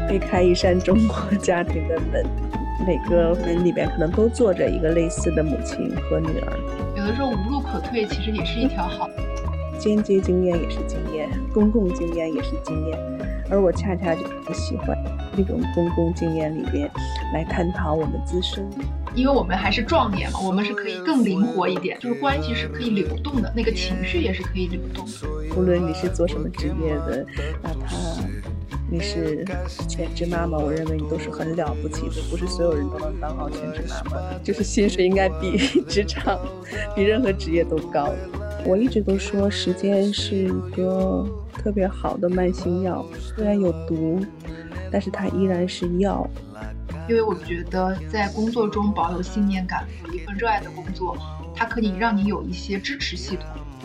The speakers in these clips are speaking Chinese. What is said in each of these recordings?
推开一扇中国家庭的门，每个门里边可能都坐着一个类似的母亲和女儿。 有的时候无路可退，其实也是一条好。 间接经验也是经验，公共经验也是经验，而我恰恰就很喜欢这种公共经验里边来探讨我们自身。 因为我们还是壮年嘛，我们是可以更灵活一点，就是关系是可以流动的，那个情绪也是可以流动的。 无论你是做什么职业的，哪怕你是全职妈妈，我认为你都是很了不起的，不是所有人都能当好全职妈妈，就是薪水应该比职场比任何职业都高。我一直都说时间是一个特别好的慢性药，虽然有毒，但是它依然是药。 因为我觉得在工作中保有信念感，有一份热爱的工作，它可以让你有一些支持系统。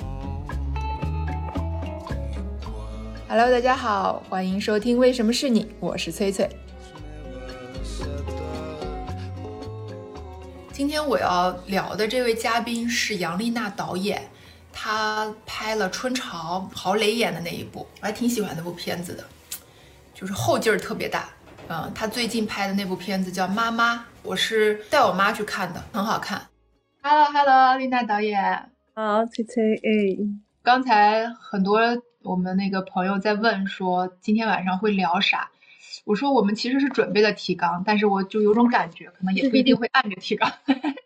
Hello， 大家好，欢迎收听《为什么是你》，我是翠翠。今天我要聊的这位嘉宾是杨丽娜导演，她拍了《春潮》，郝蕾演的那一部，我还挺喜欢那部片子的，就是后劲儿特别大。她最近拍的那部片子叫《妈妈》，我是带我妈去看的，很好看。Hello， 丽娜导演。 好，翠翠， 刚才很多我们那个朋友在问说今天晚上会聊啥，我说我们其实是准备了提纲，但是我就有种感觉，可能也不一定会按着提纲，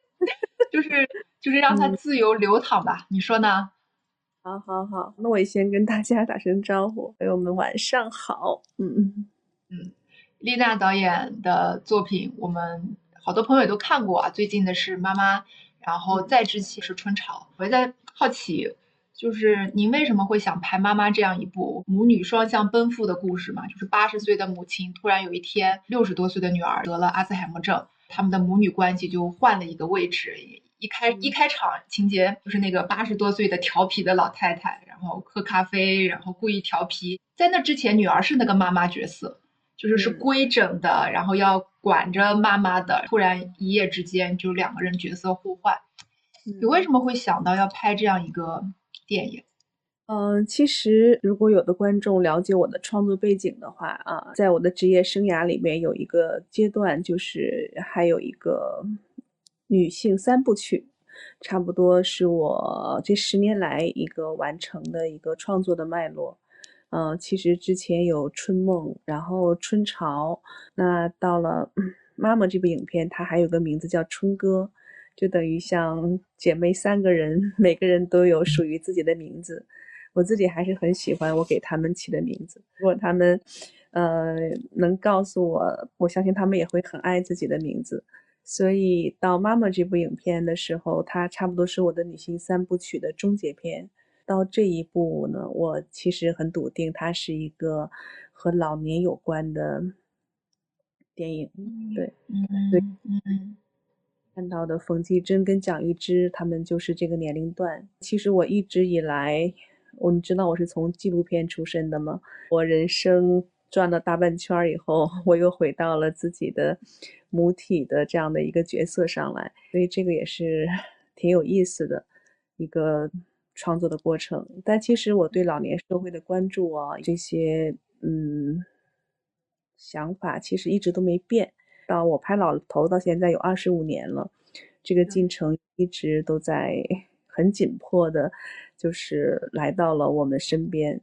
就是让它自由流淌吧，你说呢？ 好，那我也先跟大家打声招呼，朋友们晚上好。 丽娜导演的作品我们好多朋友也都看过啊，最近的是妈妈，然后再之前是春潮。我也在好奇，就是您为什么会想拍妈妈这样一部母女双向奔赴的故事嘛？就是80岁的母亲突然有一天60多岁的女儿得了阿兹海默症，他们的母女关系就换了一个位置。一开场情节就是那个80多岁的调皮的老太太，然后喝咖啡，然后故意调皮。在那之前，女儿是那个妈妈角色，就是规整的，然后要管着妈妈的。突然一夜之间就两个人角色互换。你为什么会想到要拍这样一个电影？ 其实如果有的观众了解我的创作背景的话啊，在我的职业生涯里面有一个阶段，就是还有一个女性3部曲，差不多是我这10年来一个完成的一个创作的脉络。其实之前有春梦，然后春潮，那到了妈妈这部影片，它还有个名字叫春歌，就等于像姐妹3个人，每个人都有属于自己的名字。我自己还是很喜欢我给他们起的名字，如果他们能告诉我，我相信他们也会很爱自己的名字。所以到妈妈这部影片的时候，它差不多是我的女性3部曲的终结篇。到这一步呢，我其实很笃定它是一个和老年有关的电影。对，看到的冯继珍跟蒋玉芝他们就是这个年龄段。其实我一直以来，你知道我是从纪录片出身的吗？我人生转了大半圈以后，我又回到了自己的母体的这样的一个角色上来，所以这个也是挺有意思的一个创作的过程。但其实我对老年社会的关注啊，这些想法其实一直都没变。到我拍老头到现在有25年了，这个进程一直都在很紧迫的，就是来到了我们身边。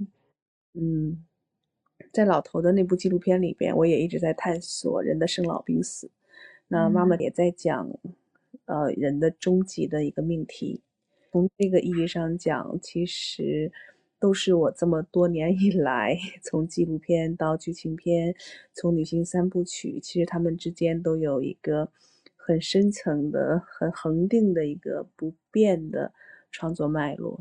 在老头的那部纪录片里边，我也一直在探索人的生老病死。那妈妈也在讲人的终极的一个命题。从这个意义上讲，其实都是我这么多年以来，从纪录片到剧情片，从女性3部曲，其实他们之间都有一个很深层的、很恒定的一个不变的创作脉络。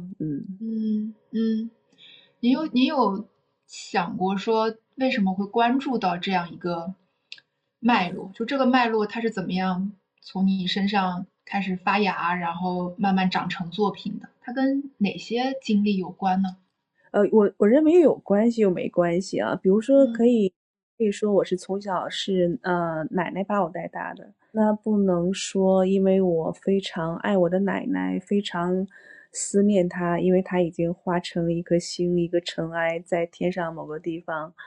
你有想过说为什么会关注到这样一个脉络？就这个脉络它是怎么样从你身上开始发芽，然后慢慢长成作品的？它跟哪些经历有关呢？ 我认为又有关系又没关系啊。比如说可以说我是从小是奶奶把我带大的，那不能说因为我非常爱我的奶奶，非常思念她，因为她已经化成一颗星，一个尘埃在天上某个地方，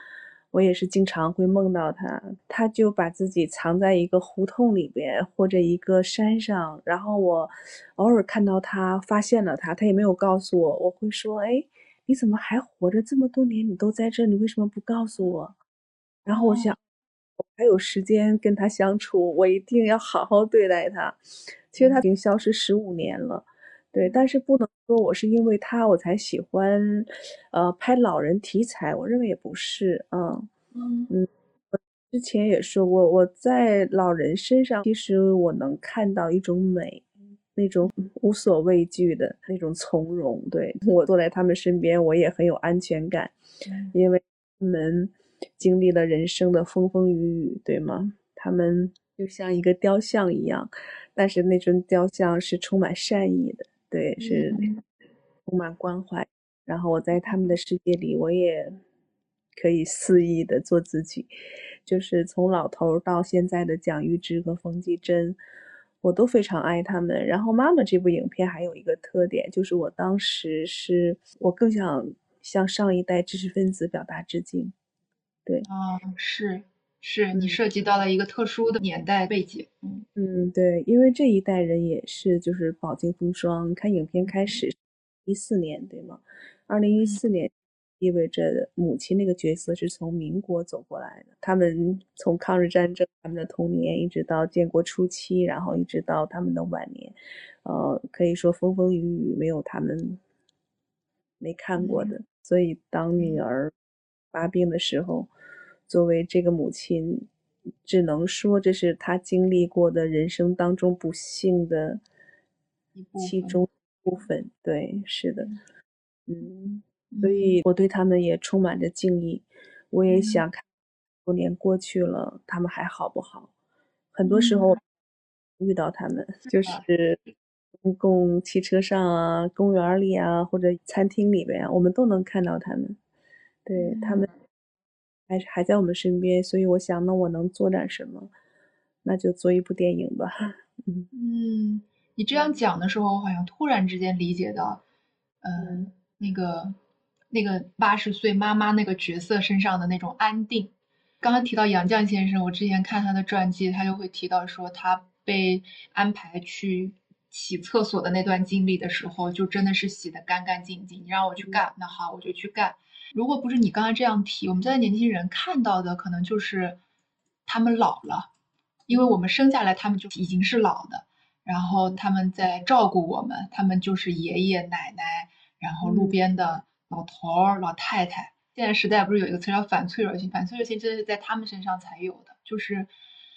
我也是经常会梦到他，他就把自己藏在一个胡同里边或者一个山上，然后我偶尔看到他，发现了他，他也没有告诉我，我会说，哎，你怎么还活着这么多年，你都在这，你为什么不告诉我？然后我想，我还有时间跟他相处，我一定要好好对待他。其实他已经消失15年了，对，但是不能说我是因为他我才喜欢，拍老人题材，我认为也不是，我之前也说过，我在老人身上，其实我能看到一种美，那种无所畏惧的那种从容。对，我坐在他们身边，我也很有安全感，因为他们经历了人生的风风雨雨，对吗？他们就像一个雕像一样，但是那尊雕像是充满善意的，对，是充满关怀。然后我在他们的世界里，我也可以肆意的做自己，就是从老头到现在的蒋玉芝和冯继珍，我都非常爱他们。然后《妈妈》这部影片还有一个特点，就是我当时我更想向上一代知识分子表达致敬。对， 是你涉及到了一个特殊的年代背景。 对，因为这一代人也是就是饱经风霜。看影片开始14年，对吗？2014年意味着母亲那个角色是从民国走过来的，他们从抗日战争，他们的童年一直到建国初期，然后一直到他们的晚年，可以说风风雨雨没有他们没看过的。所以当女儿发病的时候，作为这个母亲，只能说这是她经历过的人生当中不幸的其中一部分。对，是的，所以我对他们也充满着敬意。我也想看多年过去了，他们还好不好？很多时候遇到他们，就是公共汽车上啊、公园里啊，或者餐厅里边啊，我们都能看到他们。对，他们还在我们身边，所以我想，那我能做点什么？那就做一部电影吧。 你这样讲的时候，我好像突然之间理解到，那个80岁妈妈那个角色身上的那种安定。刚刚提到杨绛先生，我之前看他的传记，他就会提到说，他被安排去洗厕所的那段经历的时候，就真的是洗得干干净净。你让我去干，那好，我就去干。如果不是你刚刚这样提，我们现在年轻人看到的可能就是他们老了，因为我们生下来他们就已经是老的，然后他们在照顾我们，他们就是爷爷奶奶，然后路边的老头儿、老太太。现在时代不是有一个词叫反脆弱性，反脆弱性真的是在他们身上才有的，就是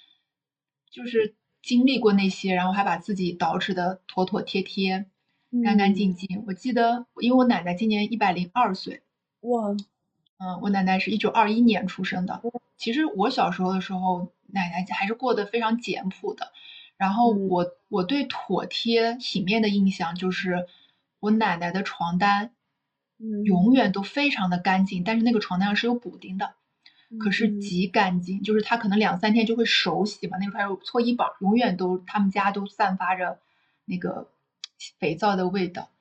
经历过那些，然后还把自己捯饬的妥妥帖帖、干干净净。我记得，因为我奶奶今年102岁， 哇， 我奶奶是1921年出生的。其实我小时候的时候，奶奶还是过得非常简朴的。然后我对妥帖体面的印象就是我奶奶的床单永远都非常的干净，但是那个床单上是有补丁的，可是极干净，就是她可能2、3天就会手洗嘛，那时候还有搓衣板，永远都他们家都散发着那个肥皂的味道。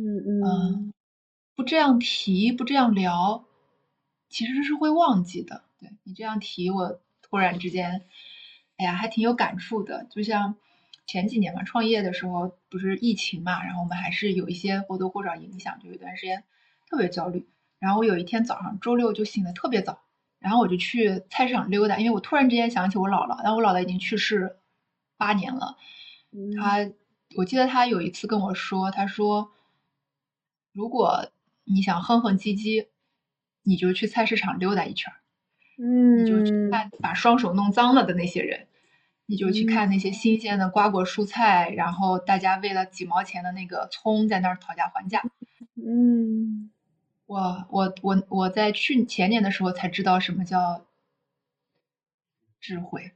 不这样提，不这样聊，其实是会忘记的。对，你这样提，我突然之间，哎呀，还挺有感触的。就像前几年嘛，创业的时候不是疫情嘛，然后我们还是有一些或多或少影响，就有一段时间特别焦虑。然后我有一天早上周六就醒得特别早，然后我就去菜市场溜达，因为我突然之间想起我姥姥，但我姥姥已经去世8年了。我记得她有一次跟我说，她说，如果你想哼哼唧唧，你就去菜市场溜达一圈儿，你就去看把双手弄脏了的那些人，你就去看那些新鲜的瓜果蔬菜，然后大家为了几毛钱的那个葱在那儿讨价还价。我在前年的时候才知道什么叫智慧。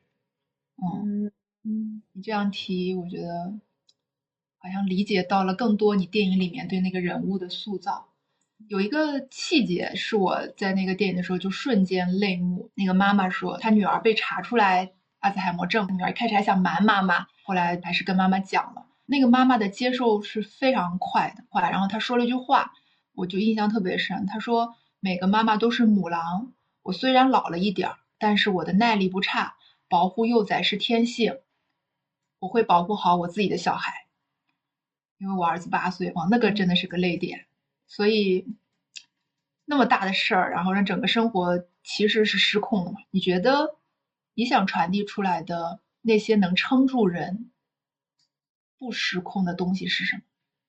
你这样提，我觉得好像理解到了更多你电影里面对那个人物的塑造。有一个细节是我在那个电影的时候就瞬间泪目。那个妈妈说，她女儿被查出来阿兹海默症，女儿一开始还想瞒妈妈，后来还是跟妈妈讲了。那个妈妈的接受是非常快的，然后她说了一句话，我就印象特别深。她说，每个妈妈都是母狼， 我虽然老了一点儿，但是我的耐力不差，保护幼崽是天性，我会保护好我自己的小孩。因为我儿子8岁，哇，那个真的是个泪点。所以那么大的事儿，然后让整个生活其实是失控的嘛？你觉得你想传递出来的那些能撑住人不失控的东西是什么？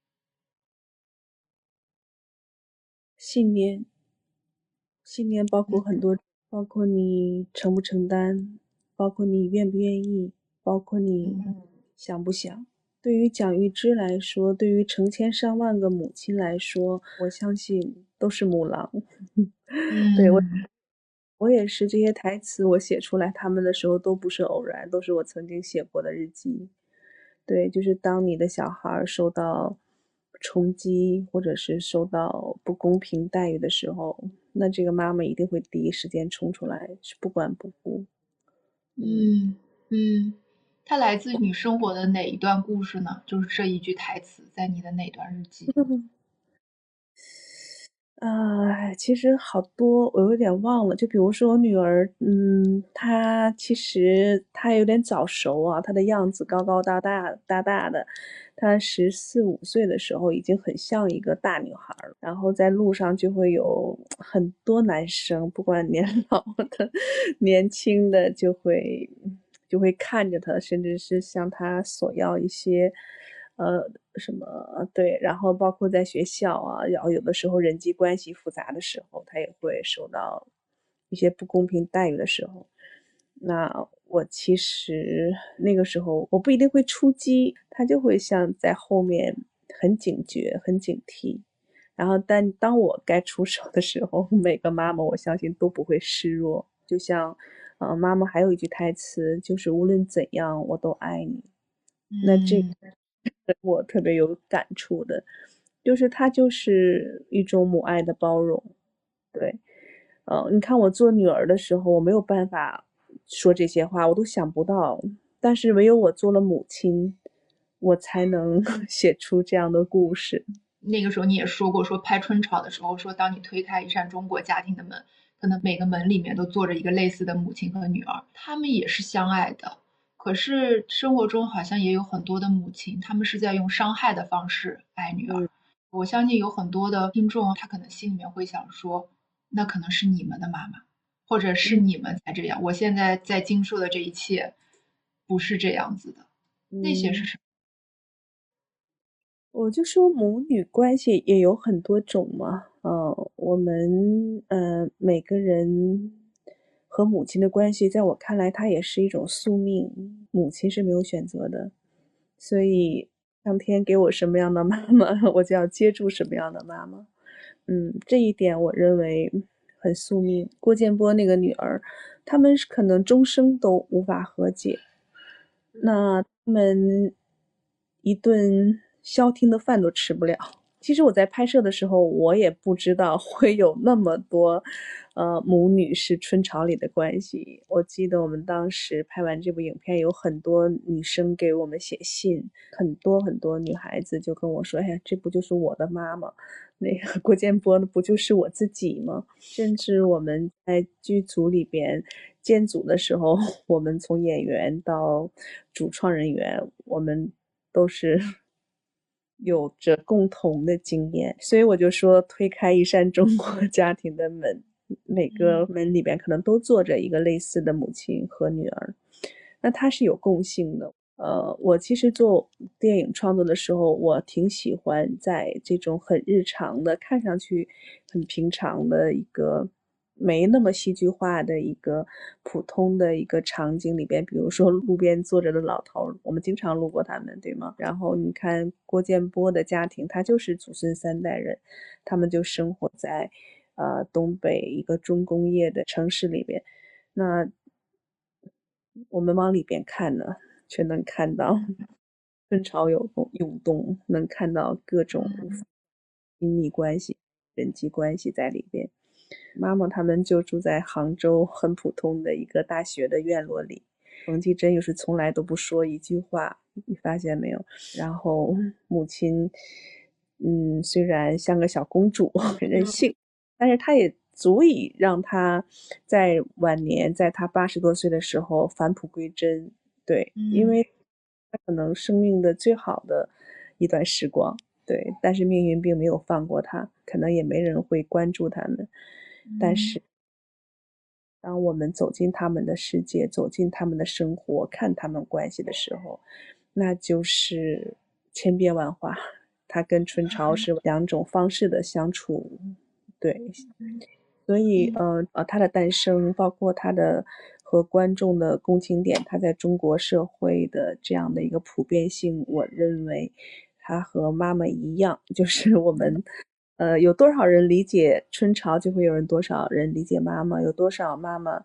信念，信念包括很多，包括你承不承担，包括你愿不愿意，包括你想不想。对于蒋玉芝来说，对于成千上万个母亲来说，我相信都是母狼。对，我也是，这些台词我写出来，他们的时候都不是偶然，都是我曾经写过的日记。对，就是当你的小孩受到冲击，或者是受到不公平待遇的时候，那这个妈妈一定会第一时间冲出来，是不管不顾。 它来自你生活的哪一段故事呢？就是这一句台词在你的哪段日记？ 其实好多我有点忘了，就比如说我女儿，她其实她有点早熟啊，她的样子高高大的，她14、15岁的时候已经很像一个大女孩了，然后在路上就会有很多男生，不管年老的、年轻的，就会看着她，甚至是向她索要一些。什么对，然后包括在学校啊，然后有的时候人际关系复杂的时候，他也会受到一些不公平待遇的时候，那我其实那个时候我不一定会出击，他就会像在后面很警觉、很警惕。然后，但当我该出手的时候，每个妈妈我相信都不会示弱。就像，妈妈还有一句台词，就是无论怎样，我都爱你。那这个我特别有感触的，就是它就是一种母爱的包容。对，你看我做女儿的时候，我没有办法说这些话，我都想不到。但是唯有我做了母亲，我才能写出这样的故事。 那个时候你也说过，说拍春潮的时候，说当你推开一扇中国家庭的门，可能每个门里面都坐着一个类似的母亲和女儿，她们也是相爱的。可是生活中好像也有很多的母亲，她们是在用伤害的方式爱女儿。我相信有很多的听众，他可能心里面会想说，那可能是你们的妈妈，或者是你们才这样。我现在在经受的这一切，不是这样子的。那些是什么？ 我就说母女关系也有很多种嘛，我们每个人和母亲的关系，在我看来，它也是一种宿命，母亲是没有选择的，所以上天给我什么样的妈妈，我就要接住什么样的妈妈，这一点我认为很宿命。郭建波那个女儿，他们是可能终生都无法和解，那他们一顿消停的饭都吃不了。其实我在拍摄的时候，我也不知道会有那么多，母女是春潮里的关系。我记得我们当时拍完这部影片，有很多女生给我们写信，很多很多女孩子就跟我说：“哎呀，这不就是我的妈妈？那个郭建波的不就是我自己吗？”甚至我们在剧组里边建组的时候，我们从演员到主创人员，我们都是有着共同的经验，所以我就说，推开一扇中国家庭的门，每个门里边可能都坐着一个类似的母亲和女儿，那它是有共性的。我其实做电影创作的时候，我挺喜欢在这种很日常的、看上去很平常的一个没那么戏剧化的一个普通的一个场景里边，比如说路边坐着的老头，我们经常路过他们，对吗？然后你看郭建波的家庭，他就是祖孙3代人，他们就生活在东北一个重工业的城市里边，那我们往里边看呢，却能看到春潮涌动，能看到各种亲密关系、人际关系在里边。妈妈他们就住在杭州很普通的一个大学的院落里，冯继珍又是从来都不说一句话，你发现没有？然后母亲，虽然像个小公主，很任性，但是她也足以让他在晚年，在他80多岁的时候返璞归真。对，因为他可能生命的最好的一段时光。对，但是命运并没有放过他，可能也没人会关注他们。但是当我们走进他们的世界，走进他们的生活，看他们关系的时候，那就是千变万化。他跟春潮是两种方式的相处。对，所以他的诞生，包括他的和观众的共情点，他在中国社会的这样的一个普遍性，我认为他和妈妈一样，就是我们有多少人理解春潮，就会有多少人理解妈妈，有多少妈妈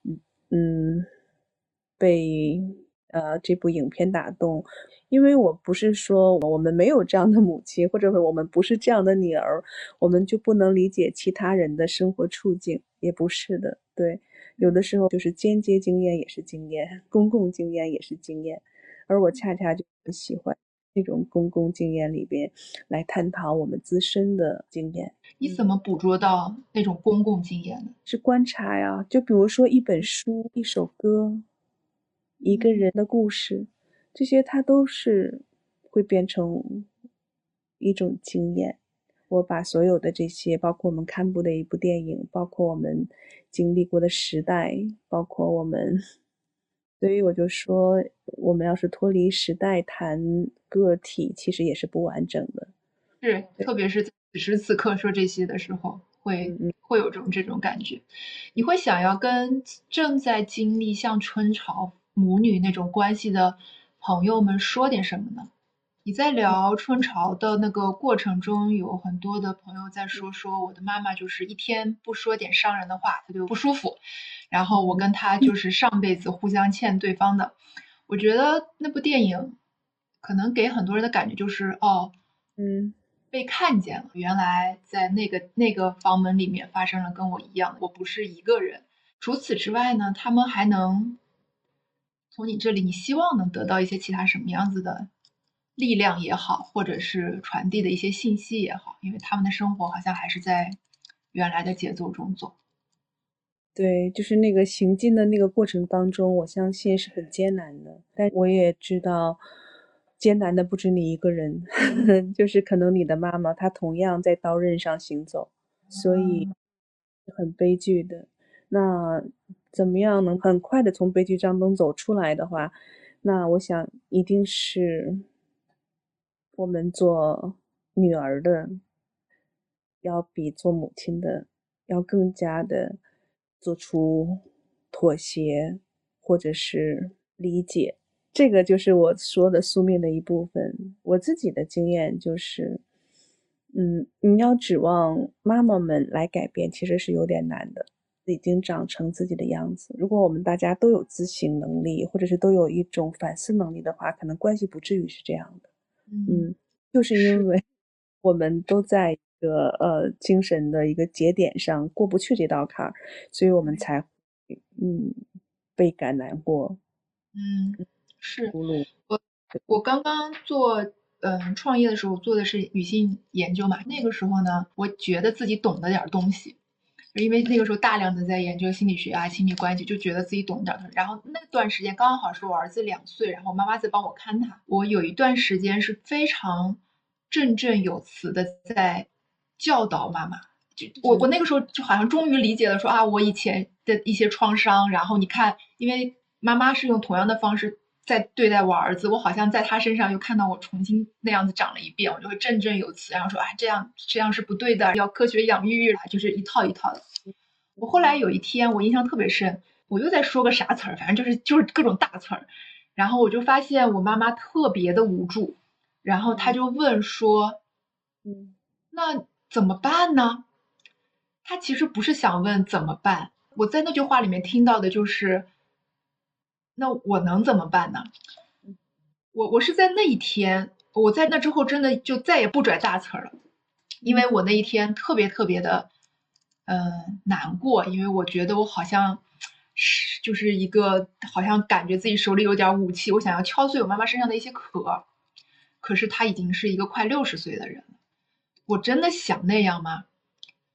被这部影片打动。因为我不是说我们没有这样的母亲，或者我们不是这样的女儿，我们就不能理解其他人的生活处境，也不是的。对，有的时候就是间接经验也是经验，公共经验也是经验，而我恰恰就很喜欢这种公共经验里边来探讨我们自身的经验。 你怎么捕捉到那种公共经验呢？ 是观察呀，就比如说一本书、一首歌、一个人的故事，这些它都是会变成一种经验。我把所有的这些，包括我们看过的一部电影，包括我们经历过的时代，包括我们，所以我就说，我们要是脱离时代谈个体，其实也是不完整的。 是，特别是在此时此刻说这些的时候，会有这种感觉。你会想要跟正在经历像春潮母女那种关系的朋友们说点什么呢？你在聊春潮的那个过程中，有很多的朋友在说我的妈妈就是一天不说点伤人的话，她就不舒服。然后我跟她就是上辈子互相欠对方的。我觉得那部电影可能给很多人的感觉就是被看见了，原来在那个房门里面发生了跟我一样的，我不是一个人。除此之外呢，他们还能从你这里，你希望能得到一些其他什么样子的力量也好，或者是传递的一些信息也好，因为他们的生活好像还是在原来的节奏中走。 对，就是那个行进的那个过程当中，我相信是很艰难的，但我也知道艰难的不止你一个人，就是可能你的妈妈她同样在刀刃上行走，所以很悲剧的。那怎么样能很快的从悲剧当中走出来的话，那我想一定是我们做女儿的要比做母亲的要更加的做出妥协或者是理解。这个就是我说的宿命的一部分。我自己的经验就是你要指望妈妈们来改变其实是有点难的，已经长成自己的样子。如果我们大家都有自省能力，或者是都有一种反思能力的话，可能关系不至于是这样的。就是因为我们都在一个精神的一个节点上过不去这道坎儿，所以我们才倍感难过。 是我刚刚做创业的时候做的是女性研究嘛，那个时候呢，我觉得自己懂得点东西，因为那个时候大量的在研究心理学啊、亲密关系，就觉得自己懂点。然后那段时间刚好是我儿子2岁，然后我妈妈在帮我看他，我有一段时间是非常振振有词的在教导妈妈。我那个时候就好像终于理解了说我以前的一些创伤，然后你看，因为妈妈是用同样的方式在对待我儿子，我好像在他身上又看到我重新那样子长了一遍，我就会振振有词，然后说这样是不对的，要科学养育，就是一套一套的。我后来有一天我印象特别深，我又在说个啥词儿，反正就是各种大词儿，然后我就发现我妈妈特别的无助，然后她就问说那怎么办呢？她其实不是想问怎么办，我在那句话里面听到的就是那我能怎么办呢？我是在那一天，我在那之后真的就再也不拽大词了，因为我那一天特别特别的难过，因为我觉得我好像就是一个好像感觉自己手里有点武器，我想要敲碎我妈妈身上的一些壳，可是她已经是一个快60岁的人了，我真的想那样吗？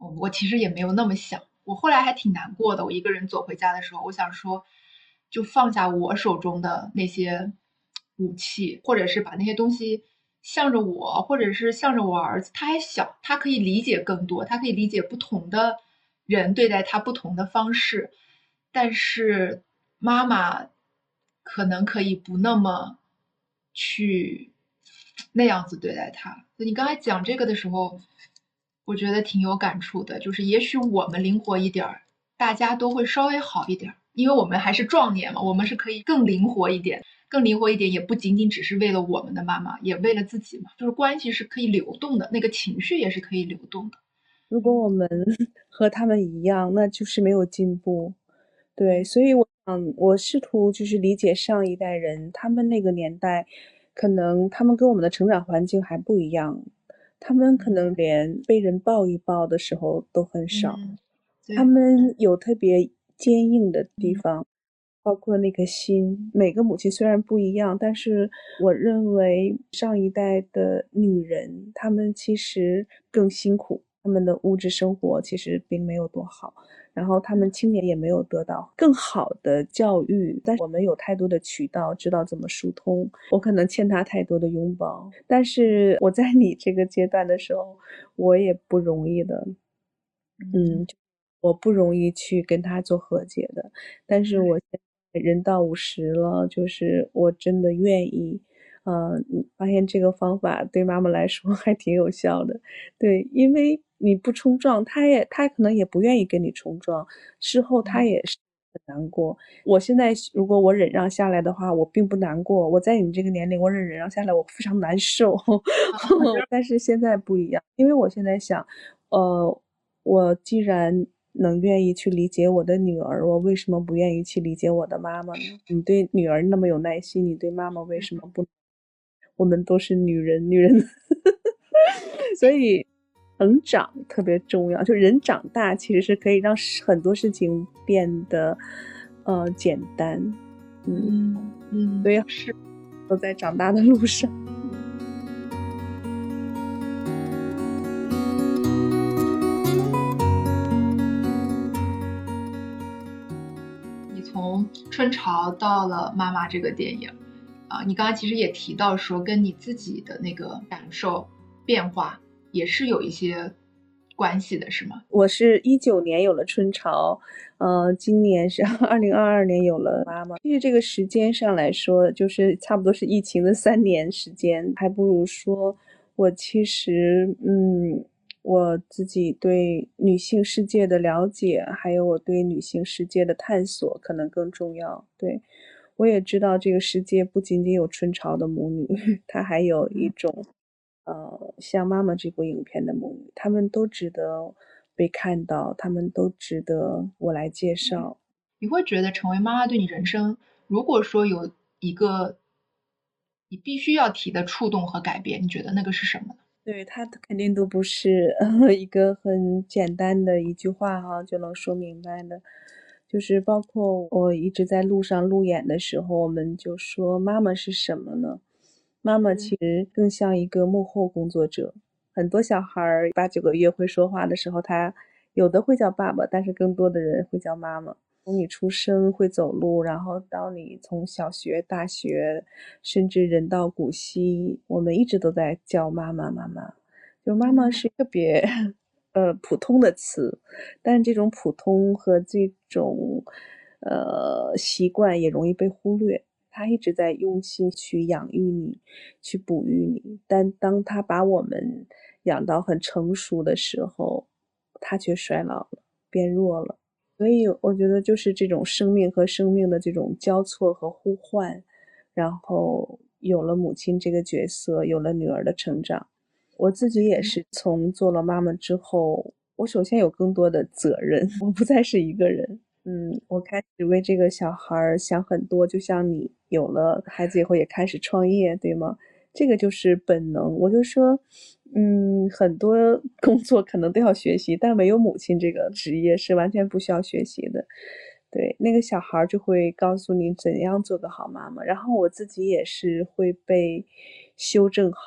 我其实也没有那么想，我后来还挺难过的。我一个人走回家的时候，我想说，就放下我手中的那些武器，或者是把那些东西向着我，或者是向着我儿子。他还小，他可以理解更多，他可以理解不同的人对待他不同的方式。但是妈妈可能可以不那么去那样子对待他。你刚才讲这个的时候，我觉得挺有感触的，就是也许我们灵活一点儿，大家都会稍微好一点儿，因为我们还是壮年嘛，我们是可以更灵活一点，更灵活一点，也不仅仅只是为了我们的妈妈，也为了自己嘛，就是关系是可以流动的，那个情绪也是可以流动的。 如果我们和他们一样，那就是没有进步。对，所以我试图就是理解上一代人，他们那个年代，可能他们跟我们的成长环境还不一样，他们可能连被人抱一抱的时候都很少，他们有特别坚硬的地方，包括那颗心。每个母亲虽然不一样，但是我认为上一代的女人，她们其实更辛苦，她们的物质生活其实并没有多好。然后他们青年也没有得到更好的教育，但是我们有太多的渠道知道怎么疏通，我可能欠他太多的拥抱，但是我在你这个阶段的时候，我也不容易的，我不容易去跟他做和解的，但是我现在人到50了，就是我真的愿意。发现这个方法对妈妈来说还挺有效的，对，因为你不冲撞，他可能也不愿意跟你冲撞，事后他也是很难过。我现在如果我忍让下来的话，我并不难过。我在你这个年龄，我忍让下来，我非常难受。但是现在不一样，因为我现在想，我既然能愿意去理解我的女儿，我为什么不愿意去理解我的妈妈呢？你对女儿那么有耐心，你对妈妈为什么不？我们都是女人，所以成长特别重要。就人长大其实是可以让很多事情变得简单。所以是都在长大的路上。 你从春潮到了妈妈这个电影你刚才其实也提到说跟你自己的那个感受变化也是有一些关系的，是吗？ 我是19年有了春潮，今年是2022年有了妈妈。其实这个时间上来说，就是差不多是疫情的3年时间，还不如说我其实我自己对女性世界的了解，还有我对女性世界的探索可能更重要。对，我也知道这个世界不仅仅有春潮的母女，它还有一种像妈妈这部影片的母女，她们都值得被看到，她们都值得我来介绍。 你会觉得成为妈妈对你人生，如果说有一个你必须要提的触动和改变，你觉得那个是什么呢？ 对，它肯定都不是一个很简单的一句话就能说明白的。就是包括我一直在路上路演的时候，我们就说妈妈是什么呢？妈妈其实更像一个幕后工作者。很多小孩8、9个月会说话的时候，他有的会叫爸爸，但是更多的人会叫妈妈。从你出生会走路，然后到你从小学、大学，甚至人到古稀，我们一直都在叫妈妈妈妈。就妈妈是特别普通的词，但是这种普通和这种习惯也容易被忽略。他一直在用心去养育你，去哺育你，但当他把我们养到很成熟的时候，他却衰老了，变弱了。所以我觉得就是这种生命和生命的这种交错和互换，然后有了母亲这个角色，有了女儿的成长。我自己也是从做了妈妈之后，我首先有更多的责任，我不再是一个人。我开始为这个小孩想很多，就像你有了孩子以后也开始创业，对吗？这个就是本能。我就说，很多工作可能都要学习，但没有母亲这个职业是完全不需要学习的。对，那个小孩就会告诉你怎样做个好妈妈，然后我自己也是会被修正好。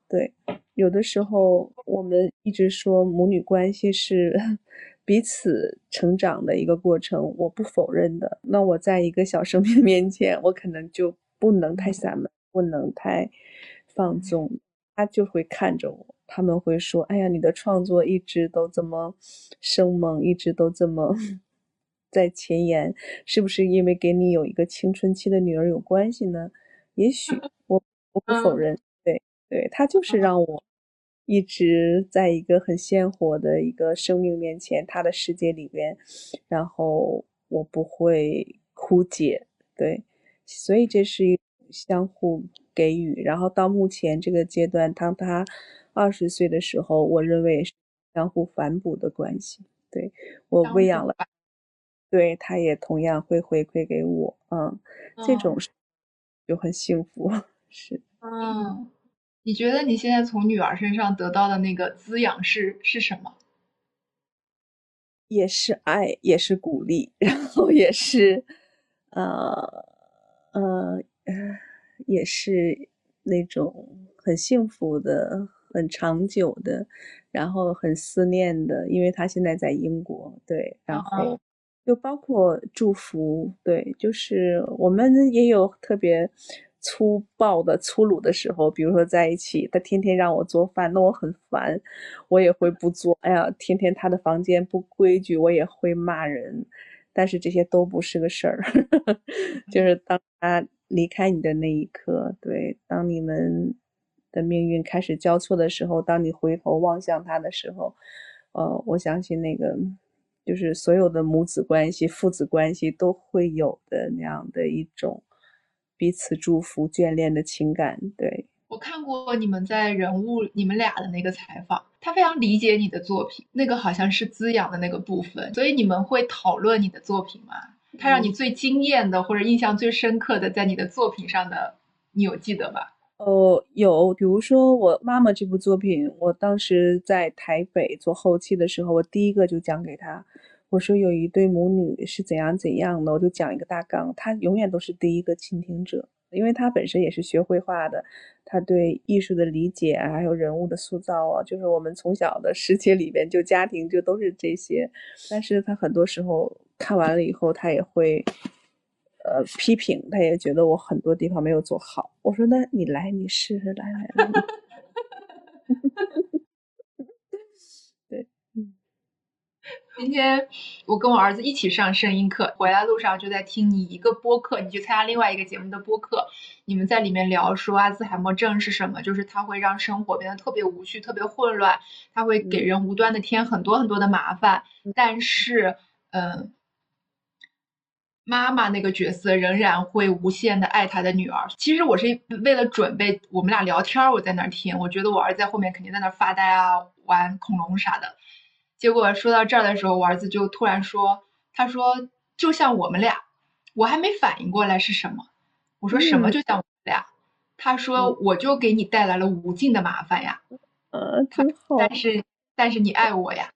对，有的时候我们一直说母女关系是彼此成长的一个过程，我不否认的。那我在一个小生命面前，我可能就不能太散漫，不能太放纵，他就会看着我，他们会说：“哎呀，你的创作一直都这么生猛，一直都这么在前沿，是不是因为给你有一个青春期的女儿有关系呢？”也许我不否认，对。对，他就是让我一直在一个很鲜活的一个生命面前，他的世界里边，然后我不会枯竭，对，所以这是一种相互给予。然后到目前这个阶段，当他20岁的时候，我认为是相互反哺的关系。对，我喂养了，对，他也同样会回馈给我，这种就很幸福，是。 你觉得你现在从女儿身上得到的那个滋养是什么？ 也是爱，也是鼓励，然后也是，呃，呃，也是那种很幸福的、很长久的，然后很思念的，因为她现在在英国，对，然后就包括祝福，对，就是我们也有特别粗暴的、粗鲁的时候，比如说在一起，他天天让我做饭，那我很烦，我也会不做。哎呀，天天他的房间不规矩，我也会骂人，但是这些都不是个事儿。就是当他离开你的那一刻，对，当你们的命运开始交错的时候，当你回头望向他的时候，我相信那个就是所有的母子关系、父子关系都会有的那样的一种彼此祝福、眷恋的情感。对， 我看过你们在人物你们俩的那个采访，他非常理解你的作品，那个好像是滋养的那个部分，所以你们会讨论你的作品吗？他让你最惊艳的或者印象最深刻的在你的作品上的，你有记得吧？ 有，比如说我妈妈这部作品，我当时在台北做后期的时候，我第一个就讲给她，我说有一对母女是怎样怎样的，我就讲一个大纲，她永远都是第一个倾听者，因为她本身也是学绘画的，她对艺术的理解啊，还有人物的塑造啊，就是我们从小的世界里边，就家庭就都是这些，但是她很多时候看完了以后，她也会批评，他也觉得我很多地方没有做好。我说那你来，你试试，来。对， 今天我跟我儿子一起上声音课，回来路上就在听你一个播客，你去参加另外一个节目的播客，你们在里面聊说阿兹海默症是什么，就是它会让生活变得特别无序、特别混乱，它会给人无端的添很多很多的麻烦，但是，妈妈那个角色仍然会无限的爱她的女儿。其实我是为了准备我们俩聊天，我在那儿听，我觉得我儿子在后面肯定在那儿发呆啊，玩恐龙啥的。结果说到这儿的时候，我儿子就突然说：“他说就像我们俩。”我还没反应过来是什么。我说什么就像我们俩？他说我就给你带来了无尽的麻烦呀。 真好。 但是你爱我呀。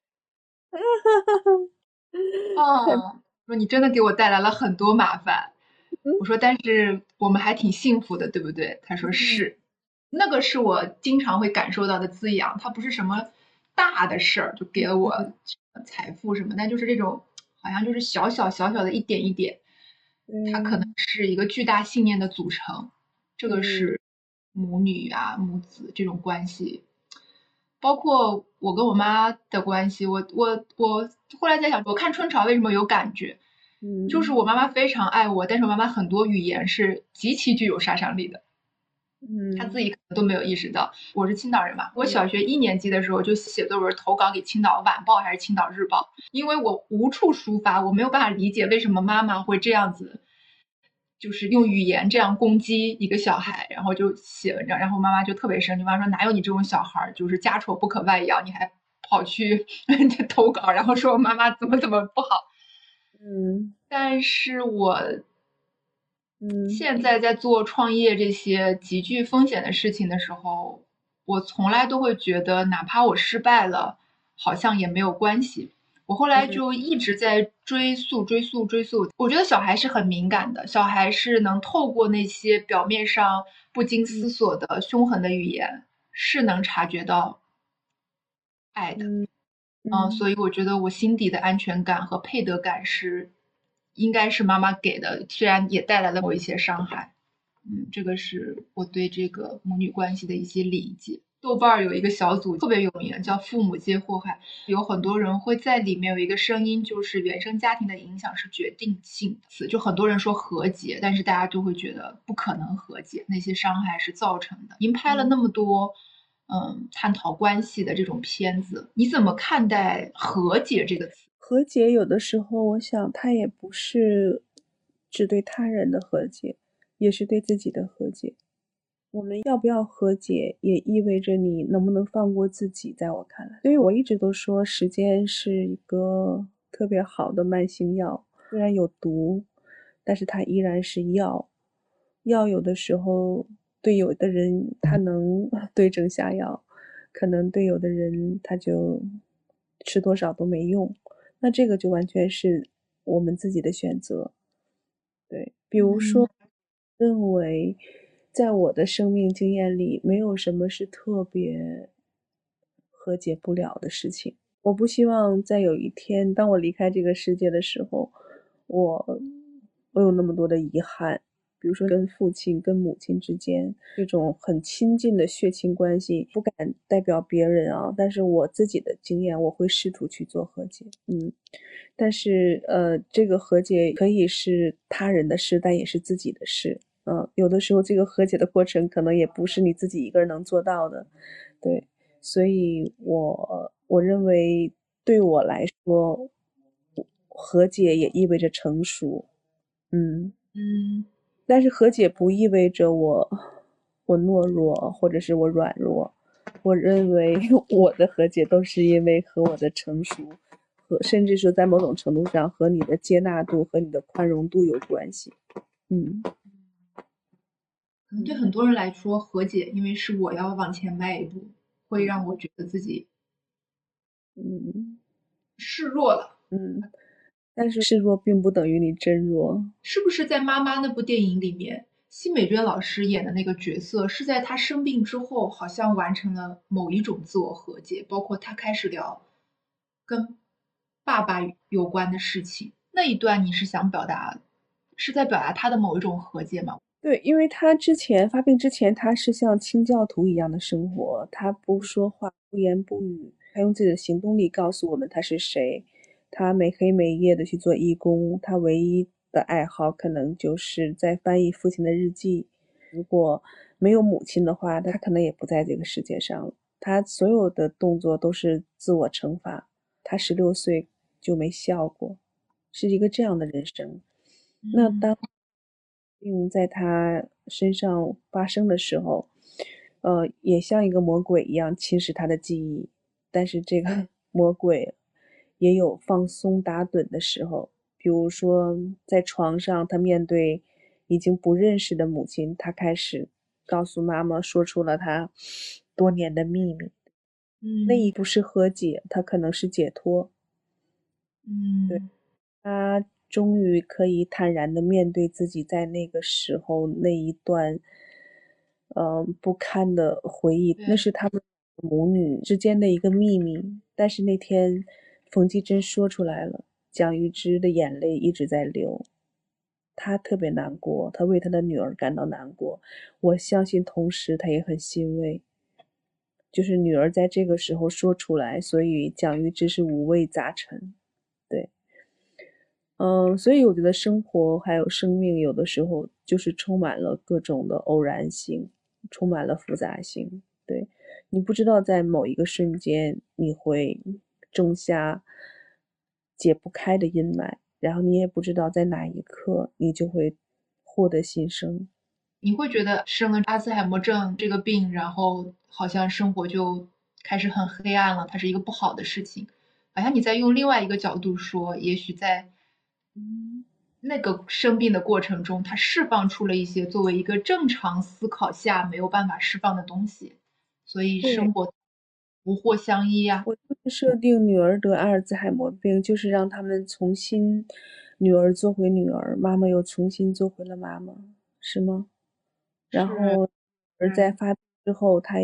说你真的给我带来了很多麻烦。我说但是我们还挺幸福的，对不对？他说是。那个是我经常会感受到的滋养，它不是什么大的事儿，就给了我财富什么，但就是这种好像就是小小的一点一点，它可能是一个巨大信念的组成。这个是母女啊、母子这种关系，包括我跟我妈的关系。我后来在想，我看春潮为什么有感觉，就是我妈妈非常爱我，但是我妈妈很多语言是极其具有杀伤力的。他自己可能都没有意识到。我是青岛人嘛，我小学1年级的时候就写作文投稿给青岛晚报还是青岛日报，因为我无处抒发，我没有办法理解为什么妈妈会这样子，就是用语言这样攻击一个小孩，然后就写文章，然后妈妈就特别生气，妈妈说哪有你这种小孩，就是家丑不可外扬，你还跑去投稿，然后说我妈妈怎么不好。但是我现在在做创业这些极具风险的事情的时候，我从来都会觉得，哪怕我失败了，好像也没有关系。我后来就一直在追溯。我觉得小孩是很敏感的，小孩是能透过那些表面上不经思索的凶狠的语言， 是能察觉到爱的。所以我觉得我心底的安全感和配得感应该是妈妈给的，虽然也带来了我一些伤害。这个是我对这个母女关系的一些理解。豆瓣有一个小组特别有名，叫父母皆祸害，有很多人会在里面有一个声音，就是原生家庭的影响是决定性的，就很多人说和解，但是大家就会觉得不可能和解，那些伤害是造成的。您拍了那么多探讨关系的这种片子，你怎么看待和解这个词？ 和解有的时候我想它也不是只对他人的和解，也是对自己的和解。我们要不要和解也意味着你能不能放过自己，在我看来。所以我一直都说时间是一个特别好的慢性药，虽然有毒，但是它依然是药。药有的时候对有的人它能对症下药，可能对有的人他就吃多少都没用，那这个就完全是我们自己的选择。对，比如说认为在我的生命经验里没有什么是特别和解不了的事情。我不希望在有一天当我离开这个世界的时候，我有那么多的遗憾，比如说跟父亲跟母亲之间这种很亲近的血亲关系，不敢代表别人啊，但是我自己的经验我会试图去做和解。但是这个和解可以是他人的事，但也是自己的事。有的时候这个和解的过程可能也不是你自己一个人能做到的。对，所以我认为对我来说，和解也意味着成熟。但是和解不意味着我懦弱或者是我软弱。我认为我的和解都是因为和我的成熟和甚至说在某种程度上和你的接纳度和你的宽容度有关系。 可能对很多人来说，和解因为是我要往前迈一步，会让我觉得自己示弱了。 但是示弱并不等于你真弱。 是不是在《妈妈》那部电影里面，奚美娟老师演的那个角色是在她生病之后，好像完成了某一种自我和解，包括她开始聊跟爸爸有关的事情。那一段你是想表达，是在表达她的某一种和解吗？ 对，因为他发病之前，他是像清教徒一样的生活，他不说话，不言不语，他用自己的行动力告诉我们他是谁。他没黑没夜的去做义工，他唯一的爱好可能就是在翻译父亲的日记。如果没有母亲的话，他可能也不在这个世界上了。他所有的动作都是自我惩罚。他16岁就没笑过，是一个这样的人生。那当病在他身上发生的时候，也像一个魔鬼一样侵蚀他的记忆。但是这个魔鬼也有放松打盹的时候，比如说在床上，他面对已经不认识的母亲，他开始告诉妈妈，说出了他多年的秘密。那一步是和解，他可能是解脱。对，他终于可以坦然地面对自己在那个时候那一段不堪的回忆。那是他们母女之间的一个秘密。但是那天冯继珍说出来了，蒋玉芝的眼泪一直在流，她特别难过，她为她的女儿感到难过。我相信同时她也很欣慰，就是女儿在这个时候说出来，所以蒋玉芝是五味杂陈。对，所以我觉得生活还有生命有的时候就是充满了各种的偶然性，充满了复杂性。对，你不知道在某一个瞬间你会种下解不开的阴霾，然后你也不知道在哪一刻你就会获得新生。 你会觉得生了阿兹海默症这个病，然后好像生活就开始很黑暗了，它是一个不好的事情。好像你在用另外一个角度说，也许在那个生病的过程中，它释放出了一些作为一个正常思考下没有办法释放的东西，所以生活福祸相依啊。 我就是设定女儿得阿尔兹海默病，就是让他们重新女儿做回女儿，妈妈又重新做回了妈妈，是吗？然后在发病之后，她也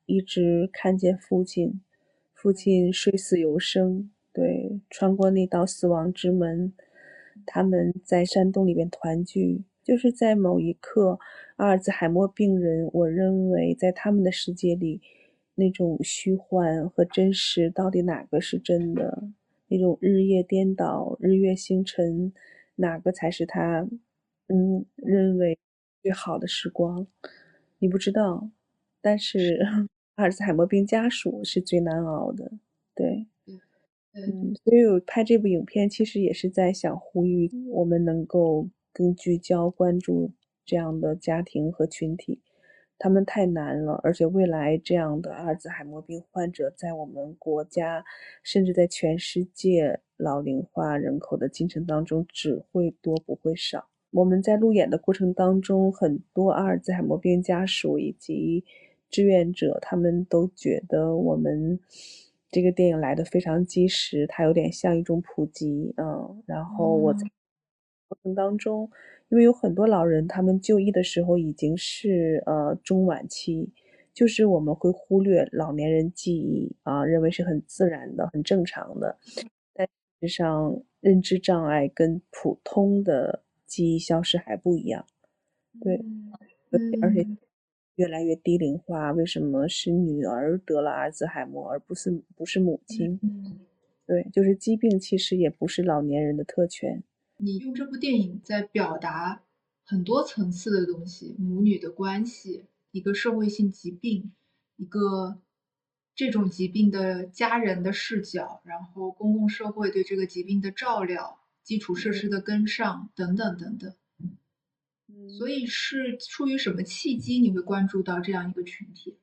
一直看见父亲睡死犹生，对，穿过那道死亡之门，他们在山洞里边团聚。就是在某一刻，阿尔兹海默病人，我认为在他们的世界里，那种虚幻和真实到底哪个是真的？那种日夜颠倒、日月星辰，哪个才是他认为最好的时光？你不知道，但是阿尔兹海默病家属是最难熬的，对。所以我拍这部影片其实也是在想呼吁我们能够更聚焦关注这样的家庭和群体，他们太难了，而且未来这样的阿尔兹海默病患者在我们国家，甚至在全世界老龄化人口的进程当中只会多不会少。我们在路演的过程当中，很多阿尔兹海默病家属以及志愿者，他们都觉得我们这个电影来的非常及时，它有点像一种普及，然后我在过程当中，因为有很多老人，他们就医的时候已经是中晚期，就是我们会忽略老年人记忆认为是很自然的、很正常的，但事实上认知障碍跟普通的记忆消失还不一样，对，而且越来越低龄化，为什么是女儿得了阿尔兹海默，而不是母亲？对，就是疾病其实也不是老年人的特权。 你用这部电影在表达很多层次的东西，母女的关系，一个社会性疾病，一个这种疾病的家人的视角，然后公共社会对这个疾病的照料，基础设施的跟上，等等等等。所以是出于什么契机你会关注到这样一个群体？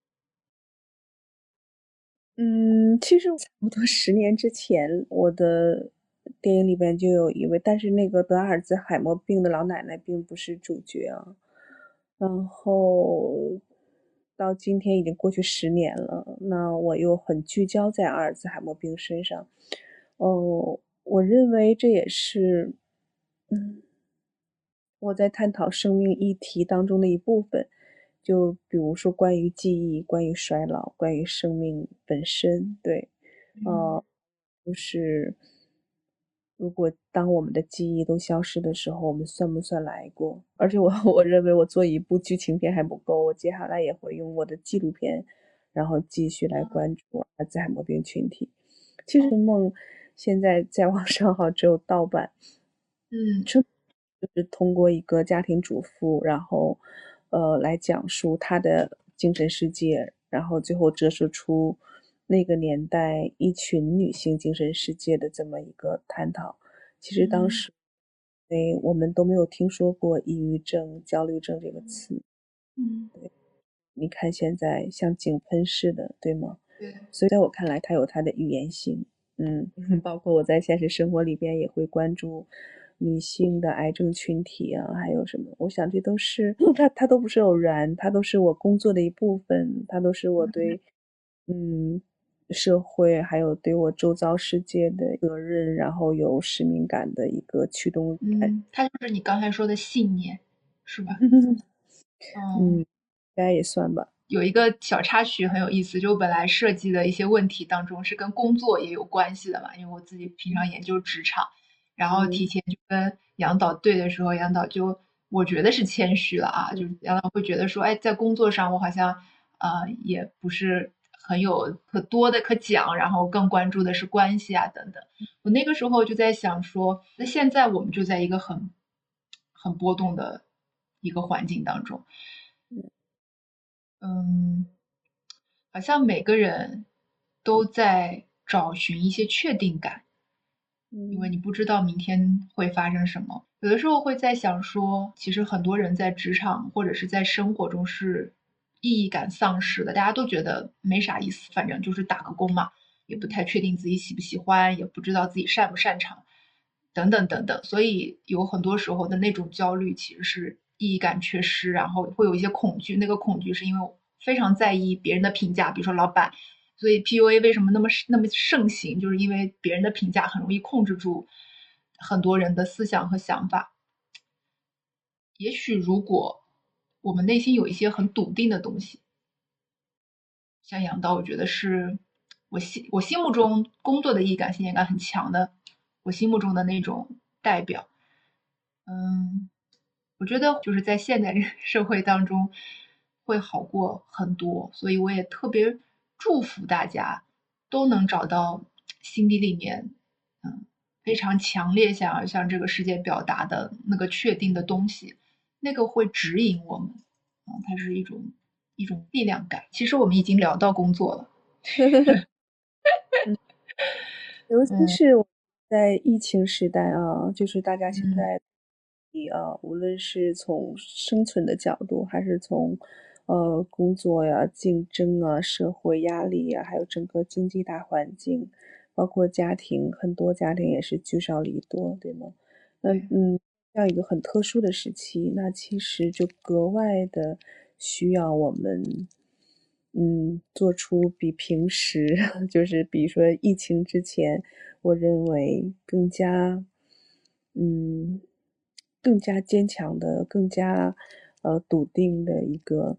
其实差不多10年之前，我的电影里边就有一位，但是那个得阿尔兹海默病的老奶奶并不是主角啊。然后到今天已经过去10年了，那我又很聚焦在阿尔兹海默病身上。我认为这也是，我在探讨生命议题当中的一部分。就比如说关于记忆、关于衰老、关于生命本身，对，就是如果当我们的记忆都消失的时候，我们算不算来过？而且我认为我做一部剧情片还不够，我接下来也会用我的纪录片，然后继续来关注阿尔兹海默病群体。其实梦现在在网上只有盗版，就是通过一个家庭主妇，然后来讲述她的精神世界，然后最后折射出那个年代一群女性精神世界的这么一个探讨。其实当时我们都没有听说过抑郁症、焦虑症这个词。对，你看现在像井喷似的，对吗？ 对， 所以在我看来，它有它的语言性。包括我在现实生活里边也会关注女性的癌症群体啊，还有什么，我想这都是它都不是偶然，它都是我工作的一部分，它都是我对社会还有对我周遭世界的责任，然后有使命感的一个驱动力。 它就是你刚才说的信念，是吧？ 应该也算吧。 有一个小插曲很有意思，就我本来设计的一些问题当中是跟工作也有关系的嘛，因为我自己平常研究职场，然后提前就跟杨导对的时候，杨导就我觉得是谦虚了啊，就是杨导会觉得说，哎，在工作上我好像也不是很有可多的可讲，然后更关注的是关系啊等等。我那个时候就在想说，那现在我们就在一个很波动的一个环境当中。好像每个人都在找寻一些确定感，因为你不知道明天会发生什么。有的时候会在想说，其实很多人在职场或者是在生活中是意义感丧失的，大家都觉得没啥意思，反正就是打个工嘛，也不太确定自己喜不喜欢，也不知道自己擅不擅长，等等等等。所以有很多时候的那种焦虑其实是意义感缺失，然后会有一些恐惧，那个恐惧是因为非常在意别人的评价，比如说老板。所以 PUA 为什么那么盛行，就是因为别人的评价很容易控制住很多人的思想和想法。也许如果我们内心有一些很笃定的东西， 像杨导，我觉得是我心目中工作的意义感、信念感很强的，我心目中的那种代表。我觉得就是在现在这个社会当中会好过很多，所以我也特别祝福大家都能找到心底里面非常强烈想要向这个世界表达的那个确定的东西，那个会指引我们，它是一种力量感。其实我们已经聊到工作了， 尤其是在疫情时代啊，就是大家现在无论是从生存的角度，还是从工作呀、竞争啊、社会压力呀，还有整个经济大环境，包括家庭，很多家庭也是聚少离多，对吗？那这样一个很特殊的时期，那其实就格外的需要我们做出比平时就是比如说疫情之前，我认为更加坚强的、更加笃定的一个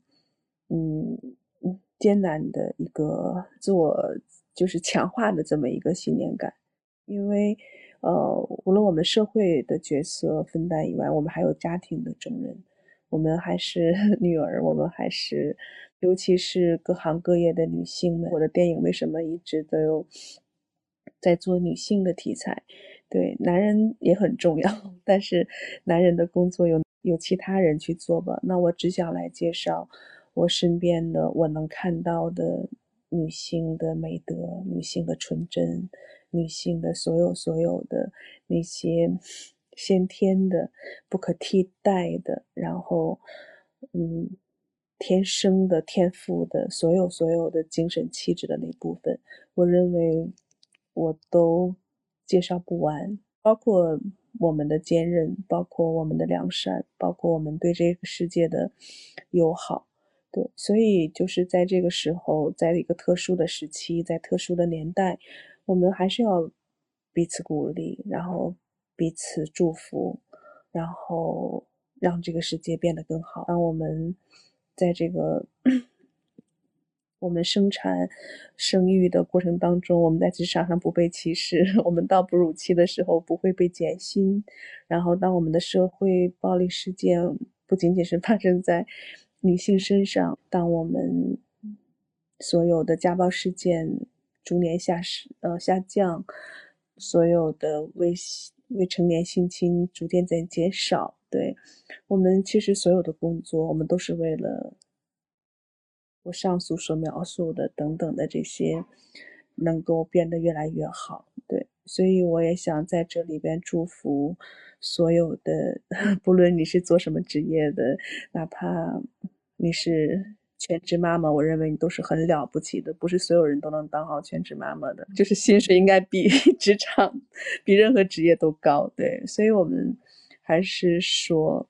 艰难的一个自我就是强化的这么一个信念感。因为无论我们社会的角色分担以外，我们还有家庭的重任，我们还是女儿，我们还是尤其是各行各业的女性们。我的电影为什么一直都有在做女性的题材？对，男人也很重要，但是男人的工作有其他人去做吧。那我只想来介绍我身边的我能看到的女性的美德、女性的纯真、女性的所有的那些先天的、不可替代的，然后天生的、天赋的所有的精神气质的那部分，我认为我都介绍不完，包括我们的坚韧，包括我们的良善，包括我们对这个世界的友好。对，所以就是在这个时候，在一个特殊的时期，在特殊的年代，我们还是要彼此鼓励，然后彼此祝福，然后让这个世界变得更好。当我们在这个我们生产、生育的过程当中，我们在职场上不被歧视，我们到哺乳期的时候不会被减薪，然后当我们的社会暴力事件不仅仅是发生在女性身上，当我们所有的家暴事件逐年下降，所有的未成年性侵逐渐在减少，对，我们其实所有的工作，我们都是为了我上述所描述的等等的这些能够变得越来越好。对，所以我也想在这里边祝福所有的不论你是做什么职业的，哪怕你是全职妈妈，我认为你都是很了不起的，不是所有人都能当好全职妈妈的，就是薪水应该比职场比任何职业都高。对，所以我们还是说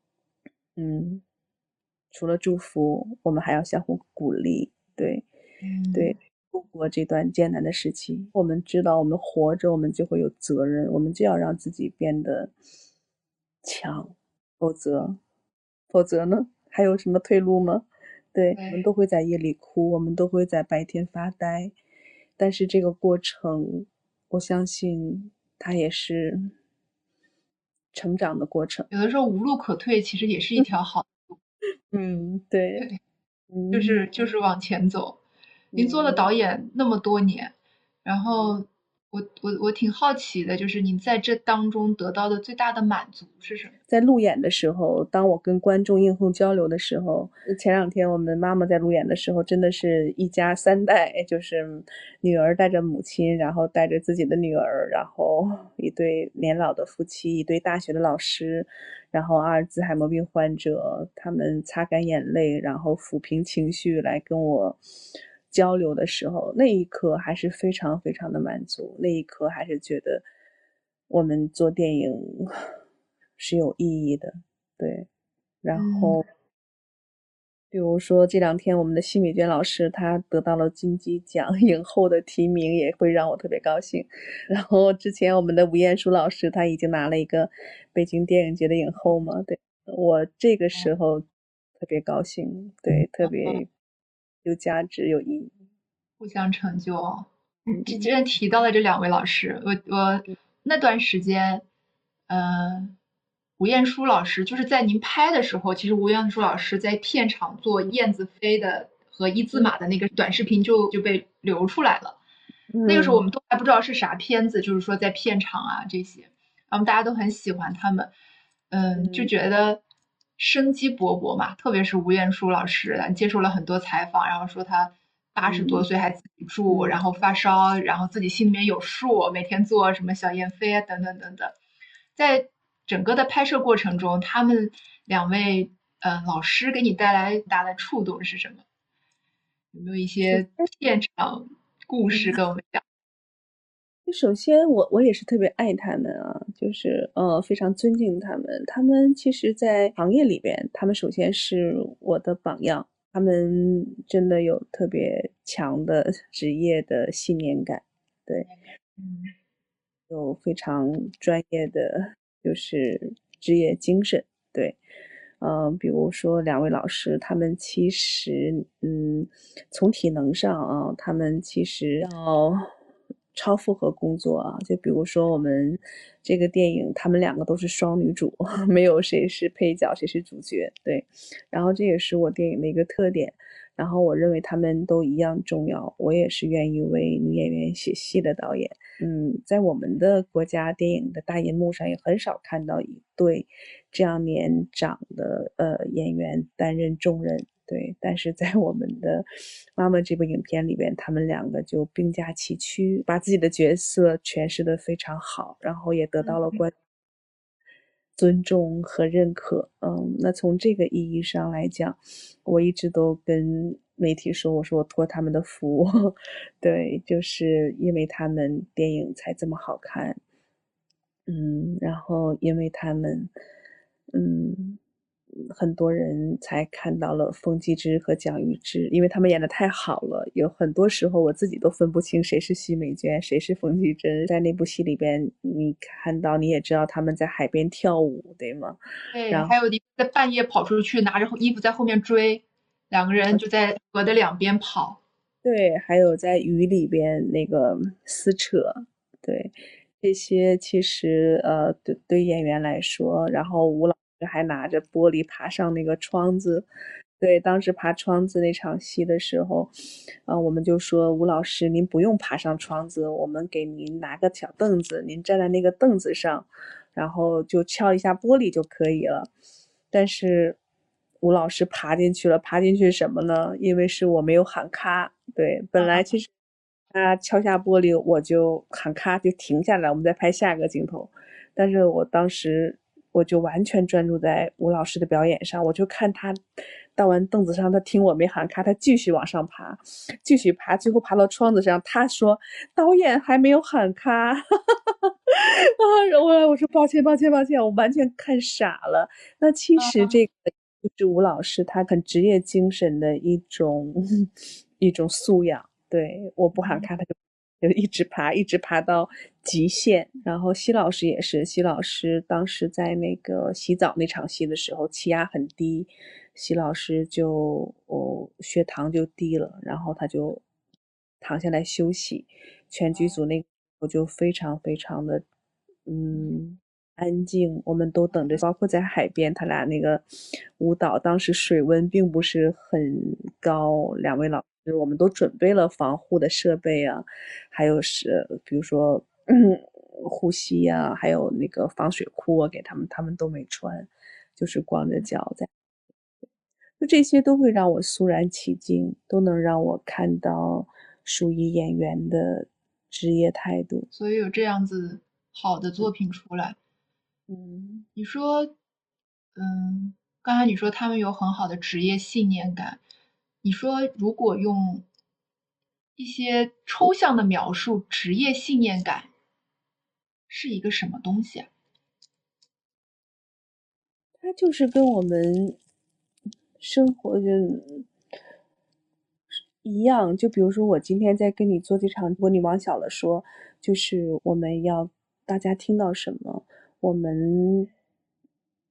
除了祝福，我们还要相互鼓励。对，对，度过这段艰难的时期，我们知道我们活着，我们就会有责任，我们就要让自己变得强，否则呢，还有什么退路吗？对，我们都会在夜里哭，我们都会在白天发呆，但是这个过程，我相信它也是成长的过程。 有的时候无路可退，其实也是一条好的路。 对， 就是往前走。您做了导演那么多年，然后我挺好奇的，就是您在这当中得到的最大的满足是什么？ 在路演的时候，当我跟观众映后交流的时候，前两天我们妈妈在路演的时候，真的是一家三代，就是女儿带着母亲，然后带着自己的女儿，然后一对年老的夫妻，一对大学的老师，然后阿尔兹海默病患者，他们擦干眼泪，然后抚平情绪来跟我交流的时候，那一刻还是非常非常的满足，那一刻还是觉得我们做电影是有意义的。对，然后比如说这两天我们的奚美娟老师她得到了金鸡奖影后的提名，也会让我特别高兴。然后之前我们的吴彦姝老师她已经拿了一个北京电影节的影后嘛，对，我这个时候特别高兴，对，特别有价值、有意义。 互相成就哦。之前提到的这两位老师，我那段时间，吴彦姝老师就是在您拍的时候，其实吴彦姝老师在片场做燕子飞的和一字马的那个短视频就被流出来了。那个时候我们都还不知道是啥片子，就是说在片场啊这些，然后大家都很喜欢他们，就觉得生机勃勃嘛。特别是吴彦姝老师接受了很多采访，然后说他80多岁还自己住，然后发烧，然后自己心里面有数，每天做什么小燕飞啊等等等等。在整个的拍摄过程中，他们两位老师给你带来大的触动是什么？有没有一些片场故事跟我们讲？ 首先我也是特别爱他们啊，就是非常尊敬他们。他们其实在行业里边，他们首先是我的榜样，他们真的有特别强的职业的信念感，对，有非常专业的就是职业精神，对。比如说两位老师，他们其实，从体能上啊，他们其实要超负荷工作啊。就比如说我们这个电影，他们两个都是双女主，没有谁是配角，谁是主角，对。然后这也是我电影的一个特点。然后我认为他们都一样重要，我也是愿意为女演员写戏的导演。在我们的国家电影的大银幕上也很少看到一对这样年长的演员担任重任，对。但是在我们的妈妈这部影片里边，他们两个就并驾齐驱，把自己的角色诠释得非常好，然后也得到了观众尊重和认可。那从这个意义上来讲，我一直都跟媒体说，我说我托他们的福，对，就是因为他们电影才这么好看。然后因为他们，很多人才看到了冯继之和蒋玉芷，因为他们演得太好了，有很多时候我自己都分不清谁是奚美娟，谁是冯继珍。在那部戏里边，你看到你也知道他们在海边跳舞，对吗？ 对，还有在半夜跑出去拿着衣服在后面追，两个人就在河的两边跑。 对，还有在雨里边那个撕扯，对，这些其实对演员来说，然后吴老师还拿着玻璃爬上那个窗子，对，当时爬窗子那场戏的时候，我们就说吴老师您不用爬上窗子，我们给您拿个小凳子，您站在那个凳子上，然后就敲一下玻璃就可以了。但是吴老师爬进去了，爬进去什么呢？因为是我没有喊咔，对，本来其实他敲下玻璃，我就喊咔就停下来，我们再拍下一个镜头。但是我当时我就完全专注在吴老师的表演上，我就看他到完凳子上，他听我没喊咔，他继续往上爬，继续爬，最后爬到窗子上，他说导演还没有喊咔，我说抱歉，我完全看傻了。那其实这个就是吴老师他很职业精神的一种素养。对，我不喊咔，他就一直爬到极限。然后奚老师也是，奚老师当时在那个洗澡那场戏的时候，气压很低，奚老师就血糖就低了，然后他就躺下来休息。全剧组那个我就非常非常的安静，我们都等着。包括在海边，他俩那个舞蹈，当时水温并不是很高，两位老师我们都准备了防护的设备啊，还有比如说护膝啊，还有那个防水裤啊，给他们都没穿，就是光着脚在。就这些都会让我肃然起敬，都能让我看到属于演员的职业态度。 所以有这样子好的作品出来。你说，刚才你说他们有很好的职业信念感。你说如果用一些抽象的描述，职业信念感是一个什么东西啊？ 它就是跟我们生活就一样。就比如说我今天在跟你做这场，如果你往小了说，就是我们要大家听到什么，我们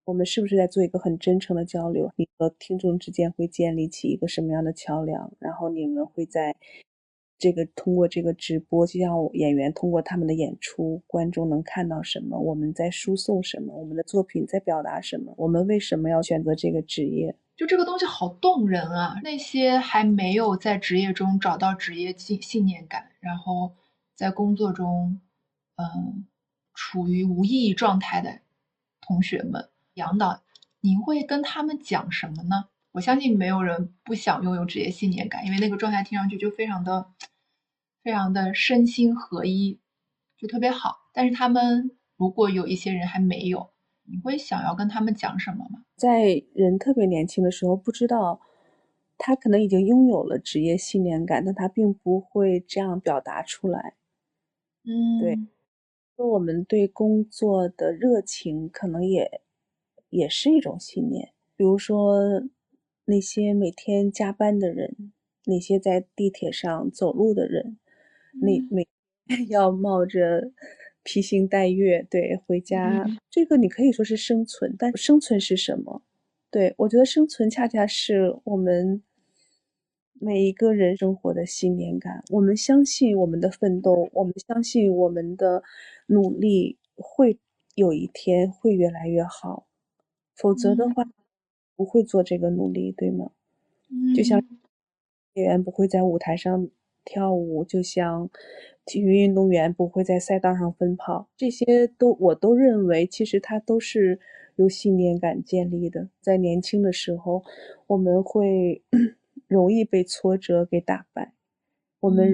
我们是不是在做一个很真诚的交流？你和听众之间会建立起一个什么样的桥梁？然后你们会在通过这个直播，就像演员通过他们的演出，观众能看到什么？我们在输送什么？我们的作品在表达什么？我们为什么要选择这个职业？ 就这个东西好动人啊！那些还没有在职业中找到职业信念感，然后在工作中，处于无意义状态的同学们，杨导，您会跟他们讲什么呢？我相信没有人不想拥有职业信念感，因为那个状态听上去就非常的、非常的身心合一，就特别好。但是他们如果有一些人还没有，你会想要跟他们讲什么吗？ 在人特别年轻的时候，不知道他可能已经拥有了职业信念感，但他并不会这样表达出来。对，说我们对工作的热情可能也是一种信念。比如说那些每天加班的人，那些在地铁上走路的人，每天要冒着披星戴月，对，回家，这个你可以说是生存，但生存是什么？对，我觉得生存恰恰是我们每一个人生活的信念感。我们相信我们的奋斗，我们相信我们的努力会有一天会越来越好，否则的话不会做这个努力，对吗？就像演员不会在舞台上跳舞，就像体育运动员不会在赛道上奔跑，这些我都认为其实它都是由信念感建立的。在年轻的时候，我们会容易被挫折给打败，我们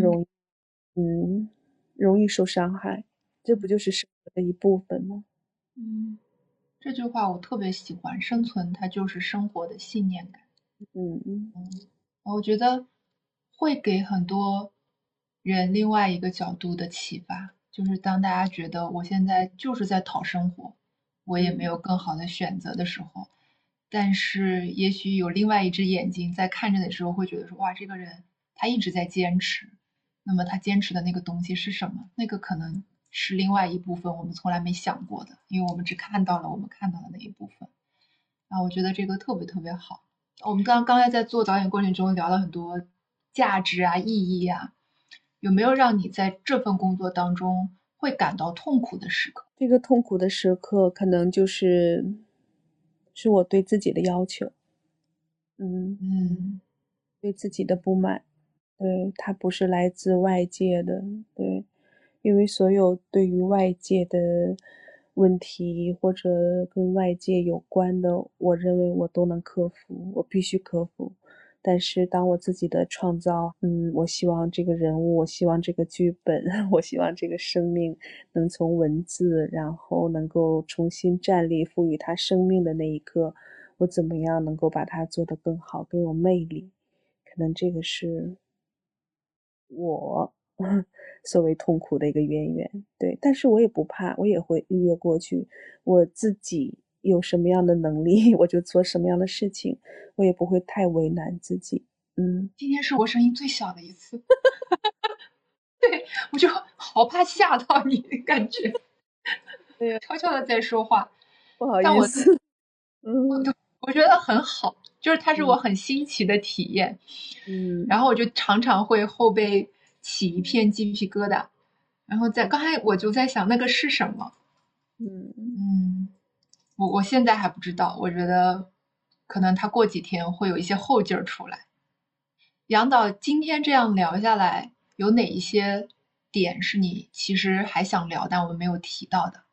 容易受伤害，这不就是生活的一部分吗？ 这句话我特别喜欢，生存它就是生活的信念感。我觉得会给很多人另外一个角度的启发，就是当大家觉得我现在就是在讨生活，我也没有更好的选择的时候，但是也许有另外一只眼睛在看着的时候，会觉得说，哇，这个人他一直在坚持，那么他坚持的那个东西是什么？那个可能是另外一部分我们从来没想过的，因为我们只看到了我们看到的那一部分。我觉得这个特别特别好。我们刚才在做导演过程中聊了很多价值啊、意义啊，有没有让你在这份工作当中会感到痛苦的时刻？ 这个痛苦的时刻可能是我对自己的要求，对自己的不满，对，它不是来自外界的，对，因为所有对于外界的问题或者跟外界有关的，我认为我都能克服，我必须克服。但是当我自己的创造，我希望这个人物，我希望这个剧本，我希望这个生命能从文字，然后能够重新站立，赋予它生命的那一刻，我怎么样能够把它做得更好，更有魅力？可能这个是我所谓痛苦的一个渊源，对，但是我也不怕，我也会逾越过去，我自己有什么样的能力，我就做什么样的事情，我也不会太为难自己。 今天是我声音最小的一次，对，我就好怕吓到你的感觉， 对， 悄悄的在说话， 不好意思， 我觉得很好，就是它是我很新奇的体验，然后我就常常会后背起一片鸡皮疙瘩，然后刚才我就在想那个是什么，我现在还不知道，我觉得可能他过几天会有一些后劲儿出来。杨导，今天这样聊下来，有哪一些点是你其实还想聊，但我们没有提到的？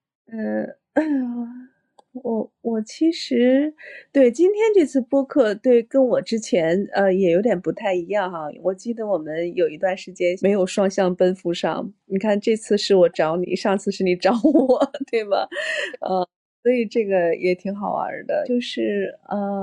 我其实对今天这次播客，对跟我之前也有点不太一样哈。我记得我们有一段时间没有双向奔赴上，你看这次是我找你，上次是你找我，对吧？所以这个也挺好玩的，就是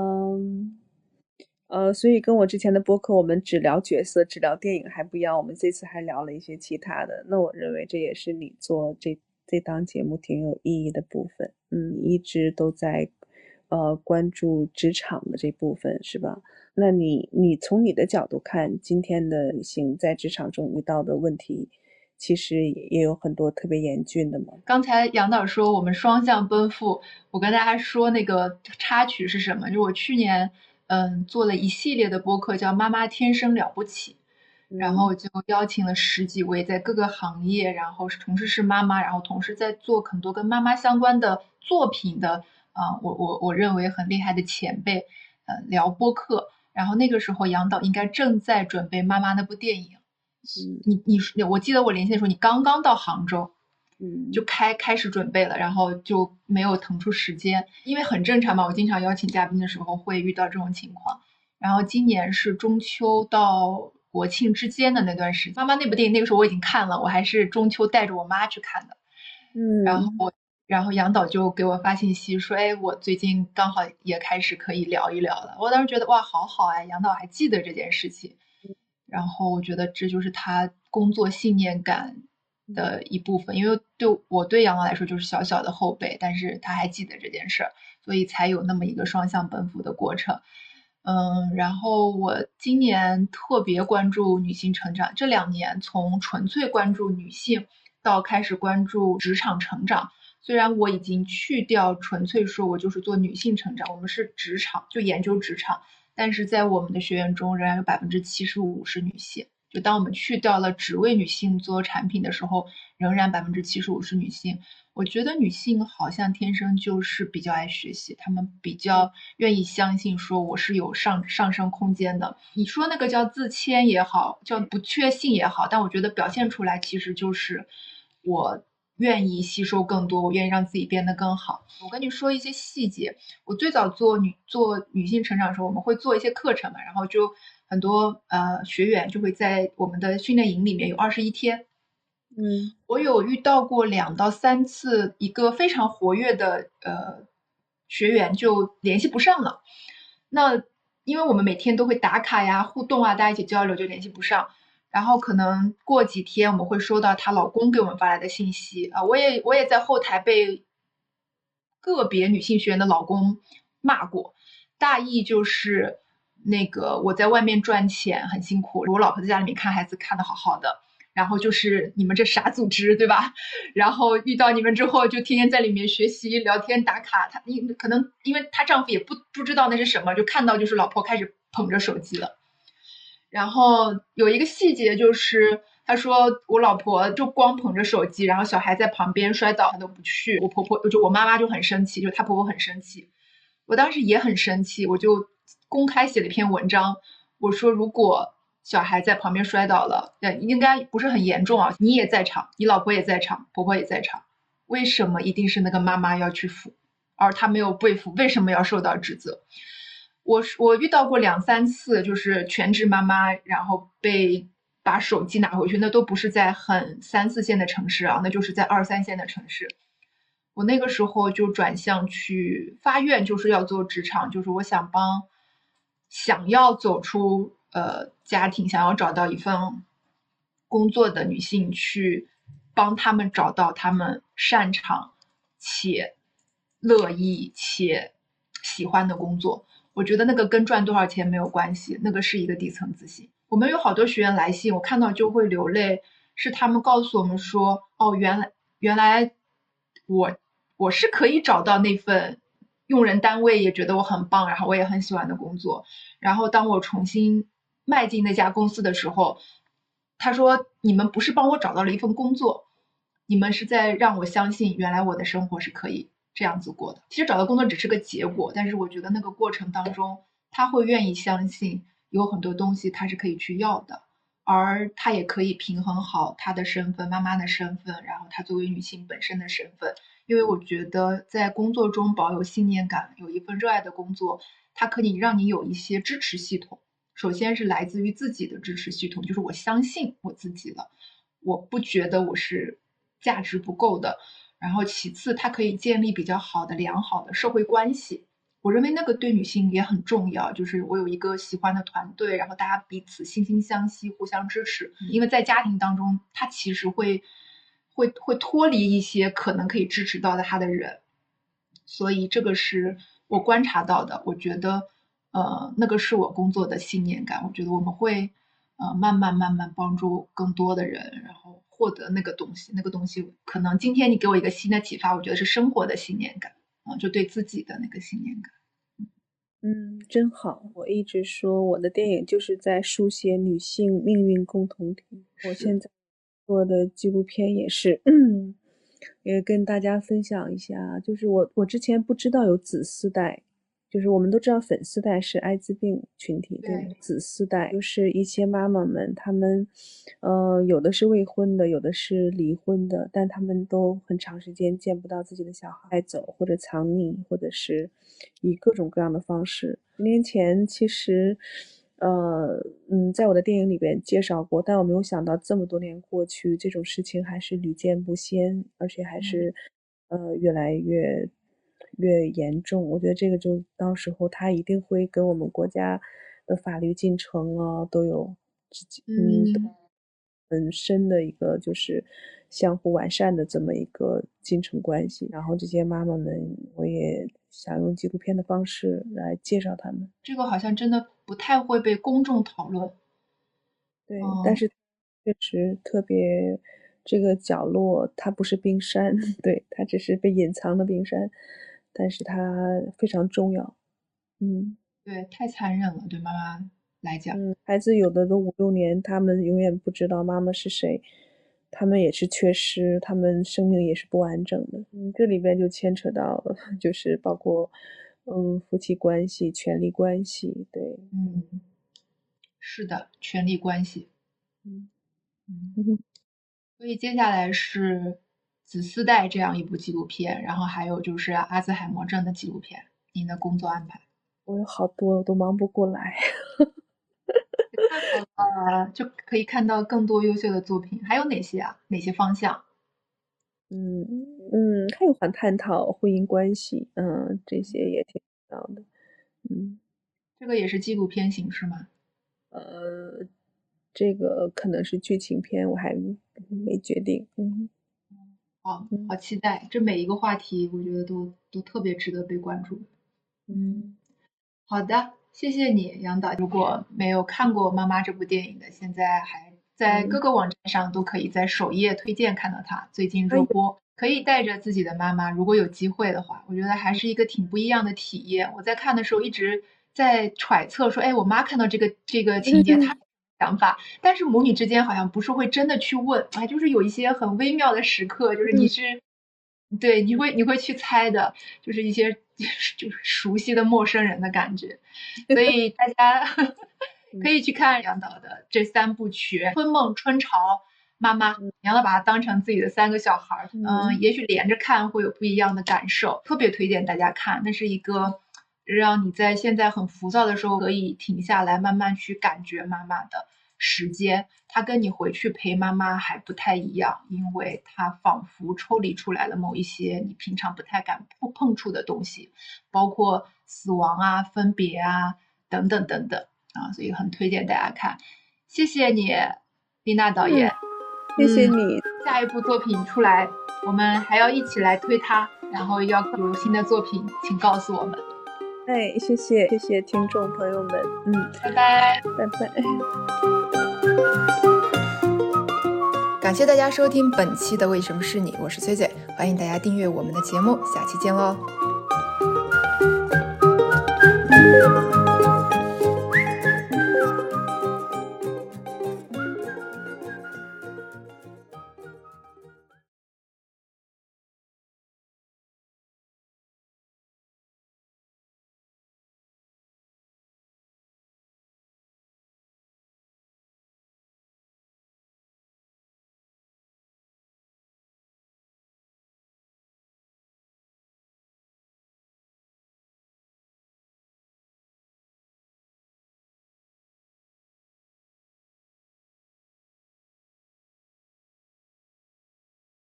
所以跟我之前的播客，我们只聊角色，只聊电影还不一样。我们这次还聊了一些其他的，那我认为这也是你做这档节目挺有意义的部分。一直都在关注职场的这部分，是吧？那你从你的角度看，今天的女性在职场中遇到的问题， 其实也有很多特别严峻的嘛。 刚才杨导说我们双向奔赴，我跟大家说那个插曲是什么？就我去年做了一系列的播客，叫《妈妈天生了不起》。然后就邀请了10几位在各个行业，然后同时是妈妈，然后同时在做很多跟妈妈相关的作品的我认为很厉害的前辈聊播客。然后那个时候杨导应该正在准备妈妈那部电影。我记得我联系的时候你刚刚到杭州，就开始准备了，然后就没有腾出时间，因为很正常嘛，我经常邀请嘉宾的时候会遇到这种情况。然后今年是中秋到国庆之间的那段时间，妈妈那部电影那个时候我已经看了，我还是中秋带着我妈去看的。然后杨导就给我发信息说，哎，我最近刚好也开始可以聊一聊了。我当时觉得哇，好好哎，杨导还记得这件事情。然后我觉得这就是他工作信念感的一部分，因为对杨导来说就是小小的后辈，但是他还记得这件事儿，所以才有那么一个双向奔赴的过程。然后我今年特别关注女性成长，这2年从纯粹关注女性到开始关注职场成长。虽然我已经去掉纯粹说我就是做女性成长，我们是职场，就研究职场，但是在我们的学员中仍然有75%是女性。就当我们去掉了只为女性做产品的时候，仍然75%是女性。我觉得女性好像天生就是比较爱学习，她们比较愿意相信说我是有上升空间的。你说那个叫自谦也好，叫不确信也好，但我觉得表现出来其实就是我愿意吸收更多，我愿意让自己变得更好。我跟你说一些细节，我最早做女性成长的时候，我们会做一些课程嘛，然后就很多学员就会在我们的训练营里面有21天。我有遇到过2到3次，一个非常活跃的学员就联系不上了。那因为我们每天都会打卡呀、互动啊，大家一起交流，就联系不上。然后可能过几天我们会收到她老公给我们发来的信息啊，我也在后台被个别女性学员的老公骂过，大意就是那个我在外面赚钱很辛苦，我老婆在家里面看孩子看得好好的。然后就是你们这啥组织，对吧？然后遇到你们之后，就天天在里面学习、聊天、打卡。可能因为她丈夫也不知道那是什么，就看到就是老婆开始捧着手机了。然后有一个细节就是，他说我老婆就光捧着手机，然后小孩在旁边摔倒，她都不去。我婆婆就我妈妈就很生气，就她婆婆很生气。我当时也很生气，我就公开写了一篇文章，我说如果小孩在旁边摔倒了，应该不是很严重啊，你也在场，你老婆也在场，婆婆也在场，为什么一定是那个妈妈要去扶，而她没有被扶，为什么要受到指责？我遇到过2、3次，就是全职妈妈，然后被把手机拿回去，那都不是在很3、4线的城市啊，那就是在2、3线的城市。我那个时候就转向去发愿，就是要做职场，就是我想帮想要走出家庭，想要找到一份工作的女性，去帮他们找到他们擅长且乐意且喜欢的工作。我觉得那个跟赚多少钱没有关系，那个是一个底层自信。我们有好多学员来信，我看到就会流泪，是他们告诉我们说，哦，原来我是可以找到那份用人单位也觉得我很棒，然后我也很喜欢的工作。然后当我重新迈进那家公司的时候，他说你们不是帮我找到了一份工作，你们是在让我相信原来我的生活是可以这样子过的。其实找到工作只是个结果，但是我觉得那个过程当中，他会愿意相信有很多东西他是可以去要的，而他也可以平衡好他的身份，妈妈的身份，然后他作为女性本身的身份。因为我觉得在工作中保有信念感，有一份热爱的工作，它可以让你有一些支持系统。首先是来自于自己的支持系统，就是我相信我自己了，我不觉得我是价值不够的。然后其次，它可以建立比较好的、良好的社会关系。我认为那个对女性也很重要，就是我有一个喜欢的团队，然后大家彼此惺惺相惜，互相支持。因为在家庭当中，它其实会脱离一些可能可以支持到他的人，所以这个是我观察到的。我觉得那个是我工作的信念感。我觉得我们会慢慢帮助更多的人，然后获得那个东西。那个东西可能今天你给我一个新的启发，我觉得是生活的信念感就对自己的那个信念感。 真好。我一直说我的电影就是在书写女性命运共同体。我现在做的纪录片也是，也跟大家分享一下。就是我之前不知道有子嗣代，就是我们都知道粉丝代是艾滋病群体，对吗？子嗣代就是一些妈妈们，她们有的是未婚的，有的是离婚的，但她们都很长时间见不到自己的小孩，带走或者藏匿，或者是以各种各样的方式。10年前其实在我的电影里边介绍过，但我没有想到这么多年过去，这种事情还是屡见不鲜，而且还是越来越严重。我觉得这个就到时候它一定会跟我们国家的法律进程都有很深的一个就是相互完善的这么一个进程关系。然后这些妈妈们，我也想用纪录片的方式来介绍他们。 这个好像真的不太会被公众讨论。 对，但是确实特别这个角落它不是冰山，对，它只是被隐藏的冰山，但是它非常重要。 对，太残忍了，对妈妈来讲。 孩子有的都5、6年，他们永远不知道妈妈是谁，他们也是缺失，他们生命也是不完整的。这里边就牵扯到就是包括夫妻关系、权力关系，对。 是的，权力关系。所以接下来是子嗣代这样一部纪录片，然后还有就是阿兹海默症的纪录片。您的工作安排？ 我有好多，我都忙不过来。 太好了，就可以看到更多优秀的作品。还有哪些啊？哪些方向？ 还有探讨婚姻关系，这些也挺重要的。 这个也是纪录片形式吗？ 这个可能是剧情片，我还没决定。 好期待！这每一个话题，我觉得都特别值得被关注。好的，谢谢你，杨导。如果没有看过《妈妈》这部电影的，现在还在各个网站上都可以在首页推荐看到它。最近热播，可以带着自己的妈妈，如果有机会的话，我觉得还是一个挺不一样的体验。我在看的时候一直在揣测说，我妈看到这个情节，她想法，但是母女之间好像不是会真的去问，就是有一些很微妙的时刻，就是对，你会去猜的，就是一些就是熟悉的陌生人的感觉，所以大家可以去看杨导的这3部曲《春梦》《春潮》《妈妈》，杨导把它当成自己的3个小孩，也许连着看会有不一样的感受，特别推荐大家看。那是一个让你在现在很浮躁的时候可以停下来，慢慢去感觉妈妈的时间。它跟你回去陪妈妈还不太一样，因为它仿佛抽离出来了某一些你平常不太敢碰触的东西，包括死亡啊、分别啊等等等等所以很推荐大家看。谢谢你，丽娜导演。 谢谢你。 下一部作品出来，我们还要一起来推它，然后要有新的作品，请告诉我们。 谢谢听众朋友们。 拜拜。 拜拜。 感谢大家收听本期的为什么是你，我是崔崔，欢迎大家订阅我们的节目，下期见喽。